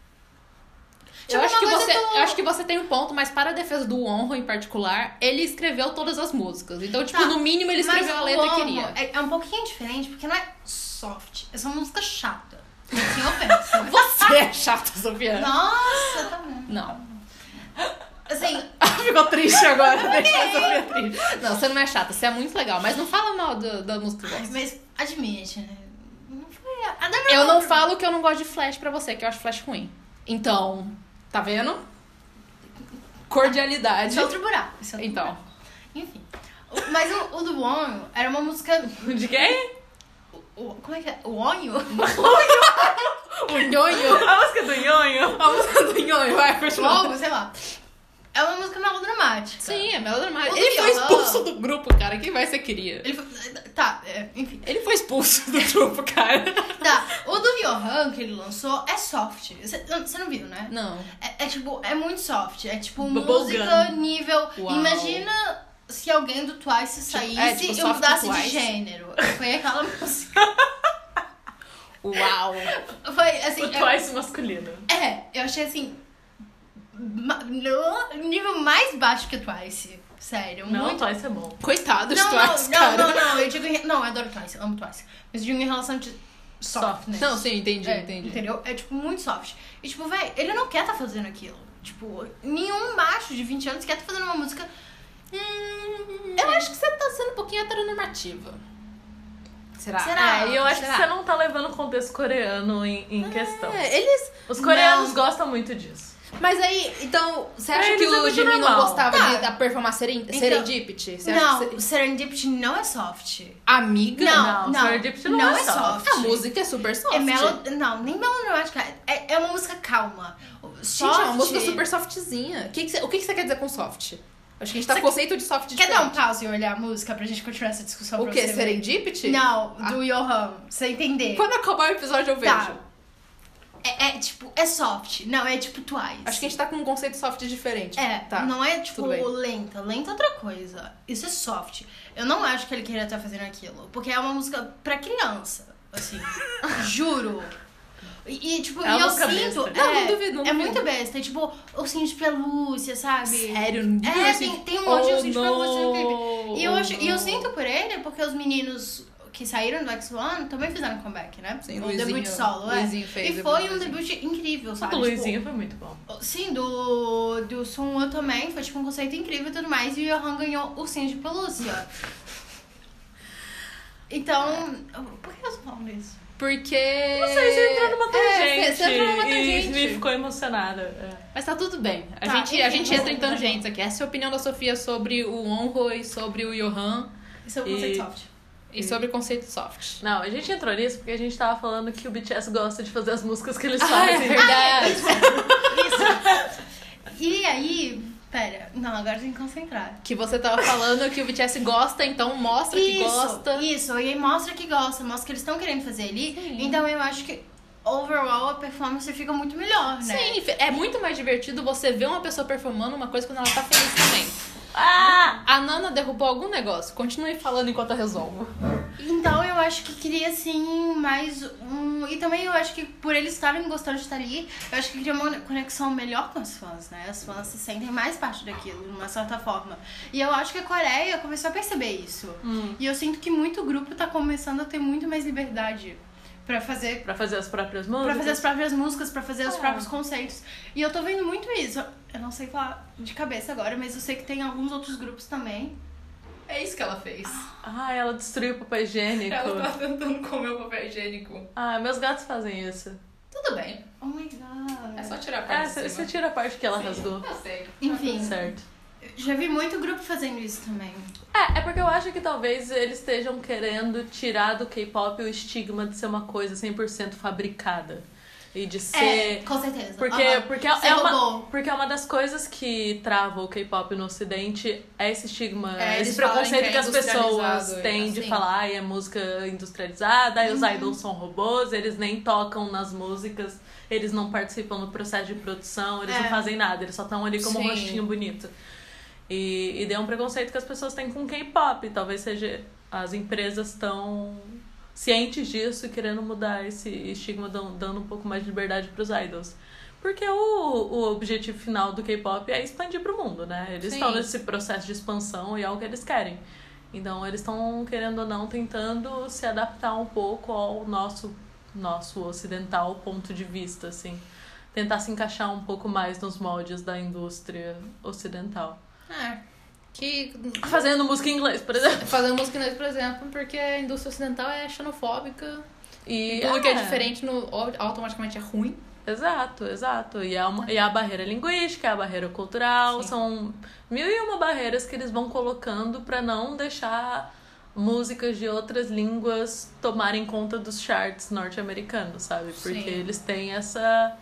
Tipo, eu acho que do- você tem um ponto, mas para a defesa do Honro em particular, ele escreveu todas as músicas. Então, tipo, Tá, no mínimo ele escreveu mas a letra o que Homo queria. É um pouquinho diferente, porque não é soft. É só uma música chata. Sem ofensa. Você é chata, Sofia. Nossa, tá bom. Não. Assim, Ficou triste agora. Deixa a Sofia triste. Não, você não é chata, você é muito legal. Mas não fala mal da música que eu gosto. mas admite, né? Não foi a Demi Eu não Lovato. falo que eu não gosto de Flash pra você, que eu acho Flash ruim. Então, tá vendo? Cordialidade. Isso é outro buraco. Isso é outro Então. buraco. Enfim. Mas o do Onho era uma música... De quem? Como é que é? O Onho? O nhonho. A música do Nhonho. A música do nhonho, vai, continua. Logo, sei lá. É uma música melodramática. Sim, é melodramático. O Ele foi Johan- expulso do grupo, cara. Quem mais você queria? Ele foi... Tá, enfim. Ele foi expulso do grupo, cara. Tá, o do Johan que ele lançou é soft. Você não viu, né? Não. É tipo, é muito soft. É tipo Bubblegum. música nível... Uau. Imagina se alguém do Twice saísse tipo e soft mudasse de Twice. gênero. Foi aquela música. Uau. Foi assim... O Twice masculino. Eu achei assim... no nível mais baixo que o Twice. Sério, Não, o muito... Twice é bom. Coitado de Não, Twice, cara. não, eu digo... Não, eu adoro Twice, eu amo Twice. Mas eu digo em relação de softness. Não, sim, entendi. Entendeu? É, tipo, muito soft. E, tipo, véi, ele não quer tá fazendo aquilo. Tipo, nenhum macho de 20 anos quer tá fazendo uma música... Eu acho que você tá sendo um pouquinho heteronormativa. Será? Será? E eu acho Será? que você não tá levando o contexto coreano em questão. Eles... Os coreanos Não. gostam muito disso. Mas aí, então, você acha Pra que eles é o muito Jimmy não normal. gostava Tá. da performance Serendipity? Você acha Não, que você... Serendipity não é soft. Amiga? Não. Serendipity não é soft. A música é super soft. Não, nem melodramática. É uma música calma. Gente, é uma música super softzinha. O que você quer dizer com soft? Acho que a gente tá com conceito de soft Quer diferente. dar um pause e olhar a música pra gente continuar essa discussão? O pra que? você ver? Serendipity? Não, do Johan. Pra você entender. Quando acabar o episódio eu vejo. Tá. Tipo, é soft. Não, é tipo Twice. Acho que a gente tá com um conceito soft diferente. Tá. Não é tipo tudo bem. lenta. Lenta é outra coisa. Isso é soft. Eu não acho que ele queria estar fazendo aquilo. Porque é uma música pra criança. Assim. Juro. E, tipo, É uma eu música sinto... besta. Não duvido, não é duvido. muito besta. E, tipo, ursinho de pelúcia, sabe? Sério? Tem um monte de ursinho de pelúcia no clipe. E eu não. sinto por ele, porque os meninos que saíram do X1 também fizeram comeback, né? Sim, um Luizinho- debut solo, Luizinho fez E debut foi do um Luizinho. debut incrível, sabe? O Luizinho foi muito bom. Tipo, sim, do Sun também. Foi, tipo, um conceito incrível e tudo mais. E o Johan ganhou ursinho de pelúcia. Então... Por que eu tô falando isso? Porque... Não sei, você entrou numa tangente. Você entrou numa E tangente. me ficou emocionada. Mas tá tudo bem. A Tá, gente enfim, entra em vamos lá. tangentes aqui. Essa é a opinião da Sofia sobre o Onro e sobre o Johan Isso é o conceito soft. e sobre o conceito soft. Não, a gente entrou nisso porque a gente tava falando que o BTS gosta de fazer as músicas que eles Ah, fazem. é verdade. Isso. E aí... Pera, não, agora tem que concentrar. Que você tava falando que o BTS gosta, então mostra que gosta. Isso, e aí mostra que gosta, mostra que eles estão querendo fazer ali. Sim. Então eu acho que overall a performance fica muito melhor, né? Sim, é muito mais divertido você ver uma pessoa performando uma coisa quando ela tá feliz também. Ah! A Nana derrubou algum negócio. Continue falando enquanto eu resolvo. Então eu acho que queria assim mais um. E também eu acho que por eles estarem gostando de estar ali, eu acho que queria uma conexão melhor com os fãs, né? Os fãs se sentem mais parte daquilo, de uma certa forma. E eu acho que a Coreia começou a perceber isso. E eu sinto que muito grupo tá começando a ter muito mais liberdade pra fazer Pra fazer as próprias músicas? Pra fazer as próprias músicas, pra fazer os próprios conceitos. E eu tô vendo muito isso. Eu não sei falar de cabeça agora, mas eu sei que tem alguns outros grupos também. É isso que ela fez. Ah, ela destruiu o papel higiênico. Ela tá tentando comer o papel higiênico. Ah, meus gatos fazem isso. Tudo bem. Oh my god. É só tirar a É, parte de você cima. tira a parte que ela rasgou. Eu sei. Enfim, Certo. já vi muito grupo fazendo isso também. É porque eu acho que talvez eles estejam querendo tirar do K-pop o estigma de ser uma coisa 100% fabricada. E de ser... com certeza. Porque, Aham. porque, Você roubou. porque é uma das coisas que trava o K-pop no ocidente é esse estigma, É, esse eles falarem preconceito que que é as pessoas industrializado, têm de assim. falar, ai, é música industrializada, aí os idols são robôs, eles nem tocam nas músicas, eles não participam do processo de produção, eles não fazem nada, eles só estão ali como um Sim. rostinho bonito. E deu um preconceito que as pessoas têm com K-pop, talvez seja as empresas tão cientes disso e querendo mudar esse estigma, dando um pouco mais de liberdade pros idols. Porque o objetivo final do K-pop é expandir pro mundo, né? Eles Sim. estão nesse processo de expansão e é o que eles querem. Então eles estão, querendo ou não, tentando se adaptar um pouco ao nosso ocidental ponto de vista, assim. Tentar se encaixar um pouco mais nos moldes da indústria ocidental. Que... Fazendo música em inglês, por exemplo. Fazendo música inglês, por exemplo, porque a indústria ocidental é xenofóbica. E Tudo que é diferente automaticamente é ruim. Exato. E a barreira linguística, a barreira cultural, Sim. são 1001 barreiras que eles vão colocando pra não deixar músicas de outras línguas tomarem conta dos charts norte-americanos, sabe? Porque Sim. eles têm essa...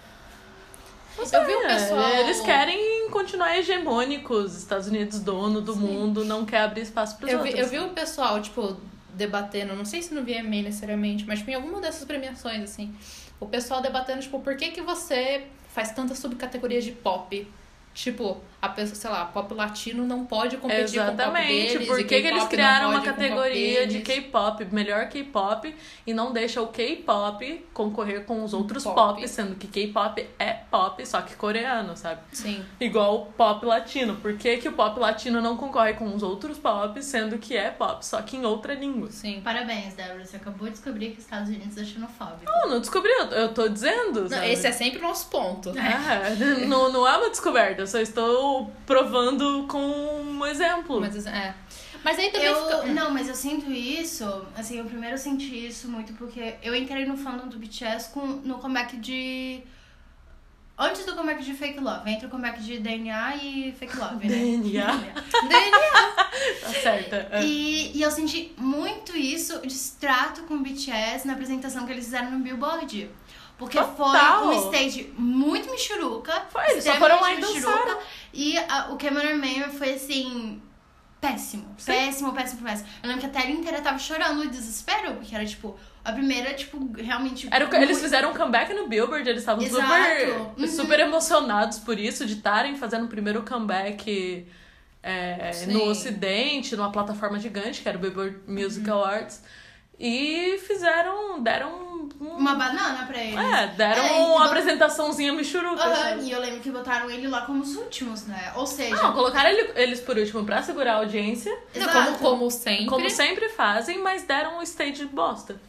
Eu vi o pessoal... Eles querem continuar hegemônicos, Estados Unidos dono do mundo, não quer abrir espaço pros outros. Eu vi o pessoal, tipo, debatendo, não sei se no VMA necessariamente, mas tipo, em alguma dessas premiações, assim, o pessoal debatendo, tipo, por que você faz tantas subcategorias de pop? Tipo, a pessoa, sei lá, pop latino não pode competir com o pop deles. Por e que eles K-pop criaram não uma pode com o pop categoria de deles? K-pop, melhor K-pop, e não deixa o K-pop concorrer com os outros Pop. pop, sendo que K-pop é pop, só que coreano, sabe? Sim. Igual o pop latino. Por que o pop latino não concorre com os outros pop, sendo que é pop, só que em outra língua? Sim. Parabéns, Débora. Você acabou de descobrir que os Estados Unidos é xenofóbico. Não descobri, eu tô dizendo, Não, sabe? esse é sempre o nosso ponto. Não é uma descoberta, eu só estou provando com um exemplo. Mas aí também fica... Não, mas eu sinto isso, assim, eu primeiro senti isso muito porque eu entrei no fandom do BTS no comeback de... Antes do comeback de Fake Love, entre o comeback de DNA e Fake Love, né? DNA. Tá certa. É. E eu senti muito isso, distrato com o BTS na apresentação que eles fizeram no Billboard. Porque Total. foi um stage muito michuruca. Foi, eles só foram lá e extremamente dançaram. E o cameraman foi assim... Péssimo. Sim. Péssimo. Eu lembro que a tela inteira tava chorando de desespero. Porque era, tipo, a primeira, tipo, realmente... Eles fizeram um comeback no Billboard, eles estavam Exato. super emocionados por isso, de estarem fazendo o primeiro comeback Sim. no Ocidente, numa plataforma gigante, que era o Billboard Music Awards. E deram uma banana pra eles. Deram uma apresentaçãozinha michuruca. E eu lembro que botaram ele lá como os últimos, né? Ou seja... Não, colocaram eles por último pra segurar a audiência. Não, como sempre. Como sempre fazem, mas deram um stage bosta.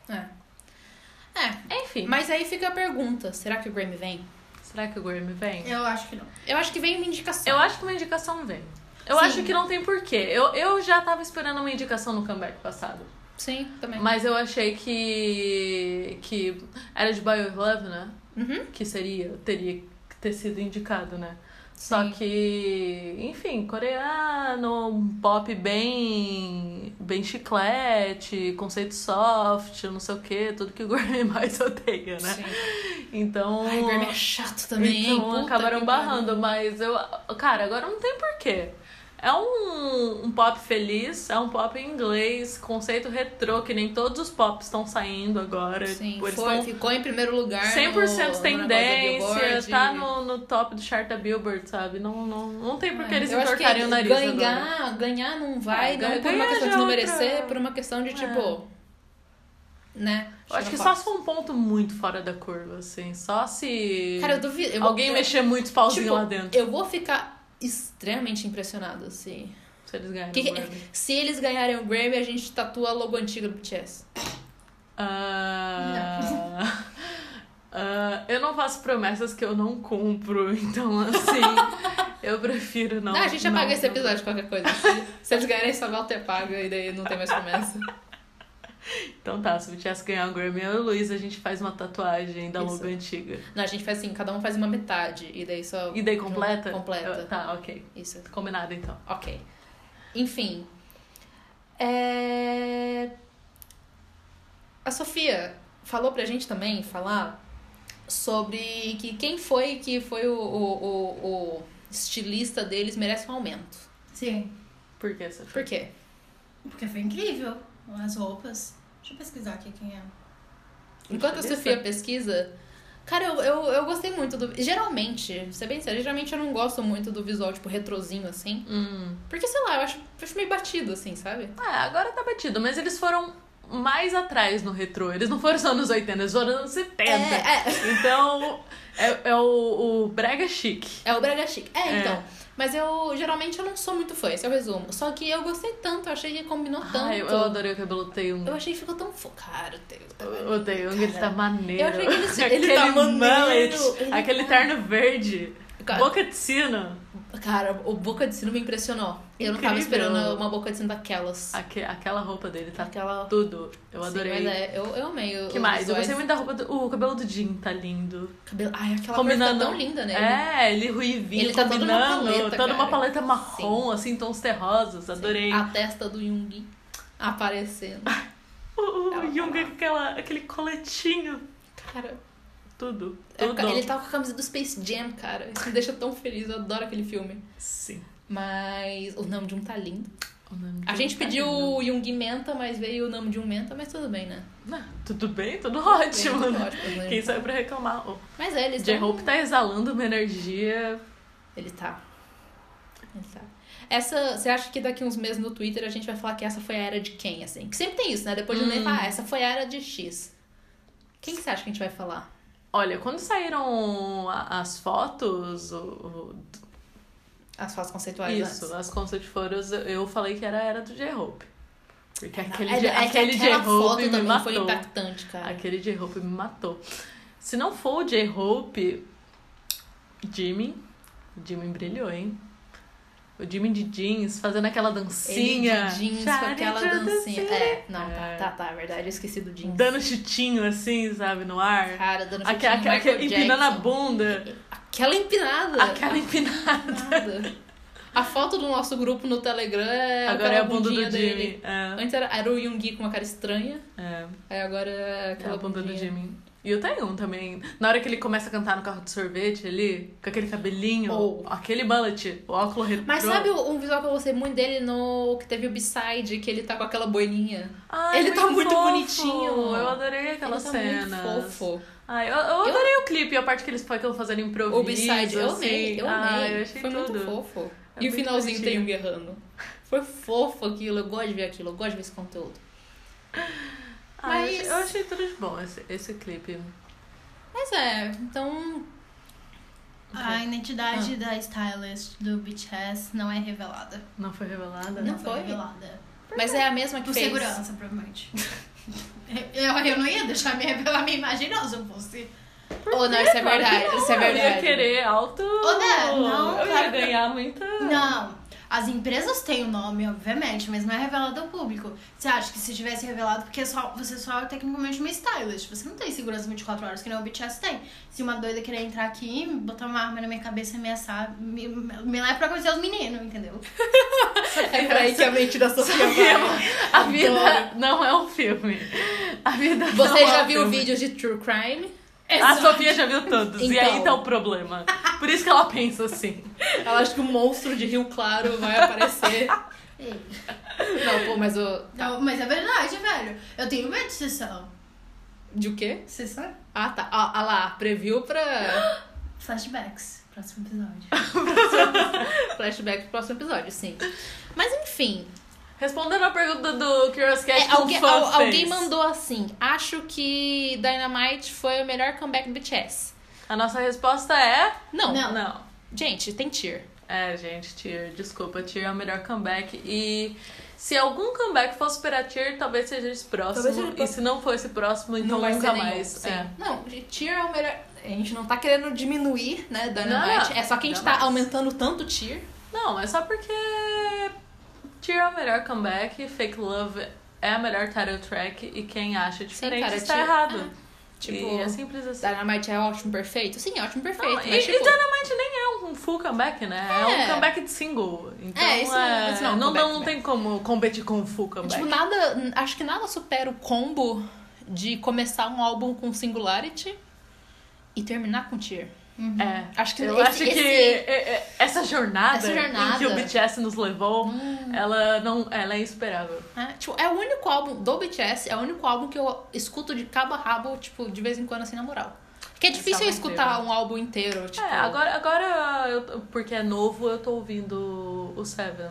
Enfim. Mas aí fica a pergunta, será que o Grammy vem? Será que o Grammy vem? Eu acho que não. Eu acho que vem uma indicação. Eu acho que uma indicação vem. Eu acho que não tem porquê. Eu já tava esperando uma indicação no comeback passado. Sim, também. Mas eu achei que era de By Your Love, né? Que teria que ter sido indicado, né? Só que, enfim, coreano, um pop bem chiclete, conceito soft, não sei o que, tudo que o Grammy mais odeia, né? Sim. Então... Ai, o Grammy é chato também. Então acabaram barrando, mas cara, agora não tem porquê. É um pop feliz, é um pop em inglês, conceito retrô, que nem todos os pops estão saindo agora. Sim, Eles ficou em primeiro lugar 100% tendência, tá no no top do chart da Billboard, sabe? Não tem por que eles entortarem o nariz ganhar não vai, não por uma questão de não merecer, por uma questão de tipo... Né? Eu acho que só se for um ponto muito fora da curva, assim. Só se cara, eu duvido, alguém mexer muitos pauzinhos lá dentro. Eu vou ficar extremamente impressionada se eles ganharem o Grammy. Se eles ganharem o Grammy, a gente tatua a logo antiga do BTS. Eu não faço promessas que eu não cumpro, então assim, eu prefiro não. A gente apaga esse episódio de qualquer coisa. Se eles ganharem, só Walter paga e daí não tem mais promessa. Então tá, se o BTS ganhar o Grammy, eu e o Luiz, a gente faz uma tatuagem da logo antiga. Não, a gente faz assim, cada um faz uma metade. E daí só... E daí completa? Completa. Tá, ok. Isso. Combinado, então. Ok. Enfim. A Sofia falou pra gente também falar sobre quem foi o estilista deles merece um aumento. Sim. Por que, Sofia? Por quê? Porque foi incrível. As roupas. Deixa eu pesquisar aqui quem é. Enquanto a Sofia pesquisa, cara, eu gostei muito do... Geralmente, vou ser bem sério, geralmente eu não gosto muito do visual, tipo, retrozinho, assim. Porque, sei lá, eu acho meio batido, assim, sabe? Agora tá batido, mas eles foram mais atrás no retrô. Eles não foram só nos 80, eles foram nos anos 70. Então, é o brega chique. É o brega chique. Então... Mas geralmente eu não sou muito fã, esse é o resumo. Só que eu gostei tanto, eu achei que combinou tanto. Eu adorei o cabelo do Taeyong. Eu achei que ficou tão focado. O Taeyong, ele tá maneiro. Eu achei que ele tá maneiro. Aquele terno verde. Cara, boca de sino. Cara, o boca de sino me impressionou. Eu não tava esperando uma boca de sino daquelas. Aquela roupa dele tá tudo. Eu adorei. Mas eu amei. O que mais? Eu gostei muito da roupa o cabelo do Jin tá lindo. Aquela cor tá tão linda nele. Ele ruivinho, ele tá toda uma paleta marrom, assim, tons terrosos. Adorei. A testa do Yoongi aparecendo. O Yoongi com aquele coletinho. Cara... Tudo. Ele tá com a camisa do Space Jam, cara. Isso me deixa tão feliz, eu adoro aquele filme. Sim. Mas o Namjoon tá lindo. A gente pediu o Yoongi menta, mas veio o Namjoon menta, mas tudo bem, né? Tudo bem, tudo ótimo. Tudo ótimo, né? Quem sabe pra reclamar? Mas eles J-Hope tá exalando uma energia. Ele tá. Você acha que daqui uns meses no Twitter a gente vai falar que essa foi a era de quem, assim? Que sempre tem isso, né? Depois de um mês, essa foi a era de X. Quem que você acha que a gente vai falar? Olha, quando saíram as fotos... As fotos conceituais Isso, as concept photos, eu falei que era a era do J-Hope. Porque aquele J-Hope me matou. Foi impactante, cara. Aquele J-Hope me matou. Se não for o J-Hope, Jimin brilhou, hein? O Jimin de jeans, fazendo aquela dancinha. Ele de jeans, com aquela dancinha. Tá, é verdade, eu esqueci do jeans. Dando chutinho assim, sabe, no ar. Cara, dando chutinho empinando a bunda. Aquela empinada. A foto do nosso grupo no Telegram agora é a bunda do Jimin. Antes era o Yoongi com uma cara estranha. Aí agora é aquela bunda do Jimin. E o Taeyong também. Na hora que ele começa a cantar no carro de sorvete ali, com aquele cabelinho, aquele mullet, o óculos retrô. Mas sabe um visual que eu gostei muito dele no que teve o B-side, que ele tá com aquela boininha? Ele tá muito fofo. Bonitinho. Eu adorei aquela cena. Muito fofo. Eu adorei o clipe, a parte que eles foram fazendo improviso. O B-side, eu amei. Eu achei foi tudo. Muito fofo. E o finalzinho tem um guerrando. Foi fofo aquilo, eu gosto de ver aquilo, eu gosto de ver esse conteúdo. achei tudo de bom esse clipe. Mas então... A identidade da stylist do BTS não é revelada. Não foi revelada? Não foi? foi revelada. Mas é a mesma que Por fez... segurança, provavelmente. eu não ia deixar me revelar minha imagem, não, se eu fosse. Ou não, isso é verdade. Isso é Eu ia verdade. querer não, eu ia claro. ganhar muita... Não. As empresas têm o nome, obviamente, mas não é revelado ao público. Você acha que se tivesse revelado, porque você só é tecnicamente uma stylist. Você não tem segurança 24 horas, que nem o BTS tem. Se uma doida querer entrar aqui, botar uma arma na minha cabeça e ameaçar, me leva pra conhecer os meninos, entendeu? É pra aí que a mente da Sofia vai. A vida não é um filme. A vida Você não já é um viu filme. vídeos de true crime? A Sofia já viu todos. E aí Então. tá o problema. Por isso que ela pensa assim. Ela acha que o monstro de Rio Claro vai aparecer. Ei. Não, pô, mas o... Não, mas é verdade, velho. Eu tenho medo de sessão. De o quê? Sessão? Ah, tá. Ah lá, preview pra... Flashbacks. Próximo episódio. Flashback pro próximo episódio, sim. Mas enfim... Respondendo a pergunta do Curious Cat, alguém mandou assim: acho que Dynamite foi o melhor comeback do BTS. A nossa resposta é... Não. Não. Gente, tem Tear. É, gente, Tear. Desculpa, Tear é o melhor comeback. E se algum comeback fosse para Tear, talvez seja esse próximo. E se não for esse próximo, então Não vai nunca ser nenhum, mais. sim. É. Não, Tear é o melhor. A gente não tá querendo diminuir, né, Dynamite. Não, É só que a gente jamais. tá aumentando tanto Tear. Não, é só porque Tear é o melhor comeback, Fake Love é a melhor title track e quem acha diferente cara, está Tear- errado. Tipo, E é simples assim. Dynamite é ótimo, perfeito? Sim, é ótimo, perfeito. Não, mas, e tipo, Dynamite nem é um full comeback, né? É um comeback de single. Então isso não é um comeback, não tem como competir com um full comeback. tipo, acho que nada supera o combo de começar um álbum com Singularity e terminar com Tear. É, Acho que eu acho que essa jornada em que o BTS nos levou, ela é insuperável. Tipo, é o único álbum do BTS, é o único álbum que eu escuto de cabo a rabo, tipo, de vez em quando, assim, na moral. Porque é difícil eu escutar um álbum inteiro, tipo... Agora porque é novo, eu tô ouvindo o Seven.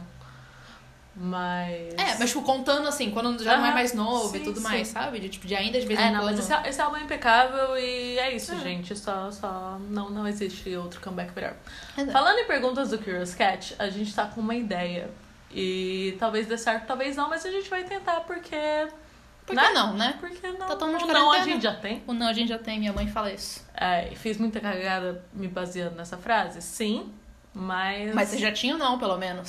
Mas tipo, contando assim, quando já não é mais novo sim, e tudo sim. mais, sabe? De, tipo, de ainda de vez em não, quando. mas esse álbum é impecável e é isso, gente. Só não existe outro comeback melhor. Exato. Falando em perguntas do Curious Cat, a gente tá com uma ideia. E talvez dê certo, talvez não, mas a gente vai tentar porque... Por que não, né? Porque não, Tá todo mundo de o não a quarentena. gente já tem. O não a gente já tem, minha mãe fala isso. E fiz muita cagada me baseando nessa frase? Sim, mas... Mas você já tinha o não, pelo menos.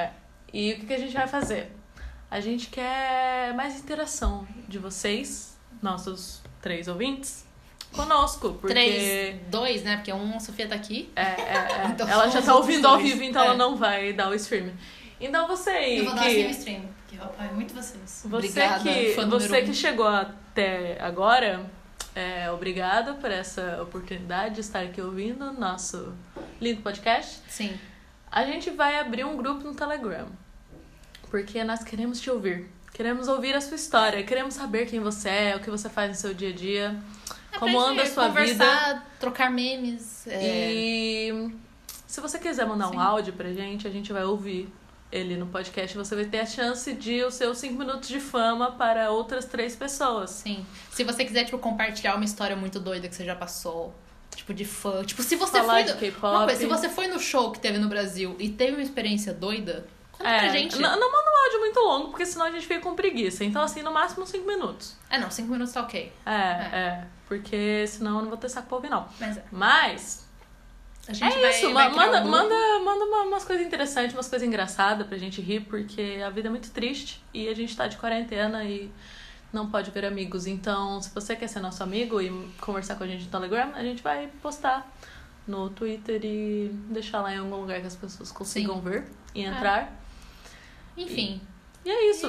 E o que a gente vai fazer? A gente quer mais interação de vocês, nossos 3 ouvintes, conosco, porque... 2, né? Porque a Sofia tá aqui. Então, ela já somos tá ouvindo ao dois. vivo, então ela não vai dar o stream. Então você aí Eu vou dar que... assim no stream, porque eu apoio muito vocês. Obrigada, fã número você 1. que chegou até agora, obrigada por essa oportunidade de estar aqui ouvindo nosso lindo podcast. Sim. A gente vai abrir um grupo no Telegram, porque nós queremos te ouvir. Queremos ouvir a sua história, queremos saber quem você é, o que você faz no seu dia a dia, como anda a sua conversar, vida. trocar memes. E se você quiser mandar um áudio pra gente, a gente vai ouvir ele no podcast. Você vai ter a chance de os seus 5 minutos de fama para outras 3 pessoas. Sim. Se você quiser, tipo, compartilhar uma história muito doida que você já passou, tipo, de fã. Tipo, se você Falar foi... de K-pop. Uma coisa, se você foi no show que teve no Brasil e teve uma experiência doida, conta pra gente. Não manda um áudio muito longo, porque senão a gente fica com preguiça. Então, assim, no máximo 5 minutos. Não, 5 minutos tá ok. Porque senão eu não vou ter saco pra ouvir, não. Mas a gente vai, isso, vai criar manda um umas coisas interessantes, umas coisas engraçadas pra gente rir, porque a vida é muito triste e a gente tá de quarentena e não pode ver amigos. Então, se você quer ser nosso amigo e conversar com a gente no Telegram, a gente vai postar no Twitter e deixar lá em algum lugar que as pessoas consigam ver e entrar. Enfim. E é isso, E é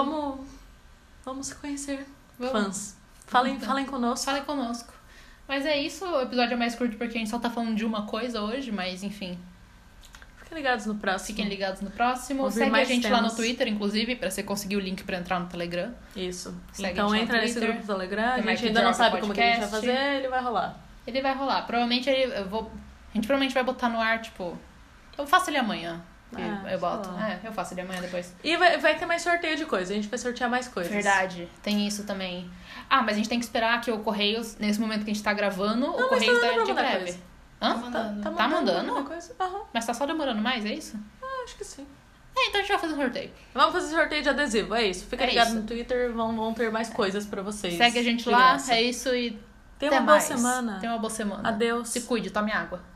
vamos se conhecer. Vamos. Fãs. Falem conosco. Fale conosco. Mas é isso, o episódio é mais curto porque a gente só tá falando de uma coisa hoje, mas enfim. Fiquem ligados no próximo. Fiquem ligados no próximo. Ouvir Segue a mais gente lá no temas. Twitter, inclusive, pra você conseguir o link pra entrar no Telegram. Isso. Segue Então a gente entra no nesse Twitter. grupo do Telegram, a Tem gente Mike ainda não Jordan sabe como que a gente vai Podcast. fazer, ele vai rolar. Ele vai rolar. Provavelmente a gente provavelmente vai botar no ar, tipo... Eu faço ele amanhã. Que eu boto. Eu faço ele amanhã depois. E vai ter mais sorteio de coisa. A gente vai sortear mais coisas. Verdade. Tem isso também. Mas a gente tem que esperar que o Correios, nesse momento que a gente tá gravando, o Correios tá de greve. Tá mandando. Tá mandando? Coisa? Mas tá só demorando mais, é isso? Acho que sim. Então a gente vai fazer um sorteio. Vamos fazer sorteio de adesivo, é isso. Fica ligado no Twitter, vão ter mais coisas pra vocês. Segue a gente lá, é isso e Tenha uma boa semana. Tenha uma boa semana. Adeus. Se cuide, tome água.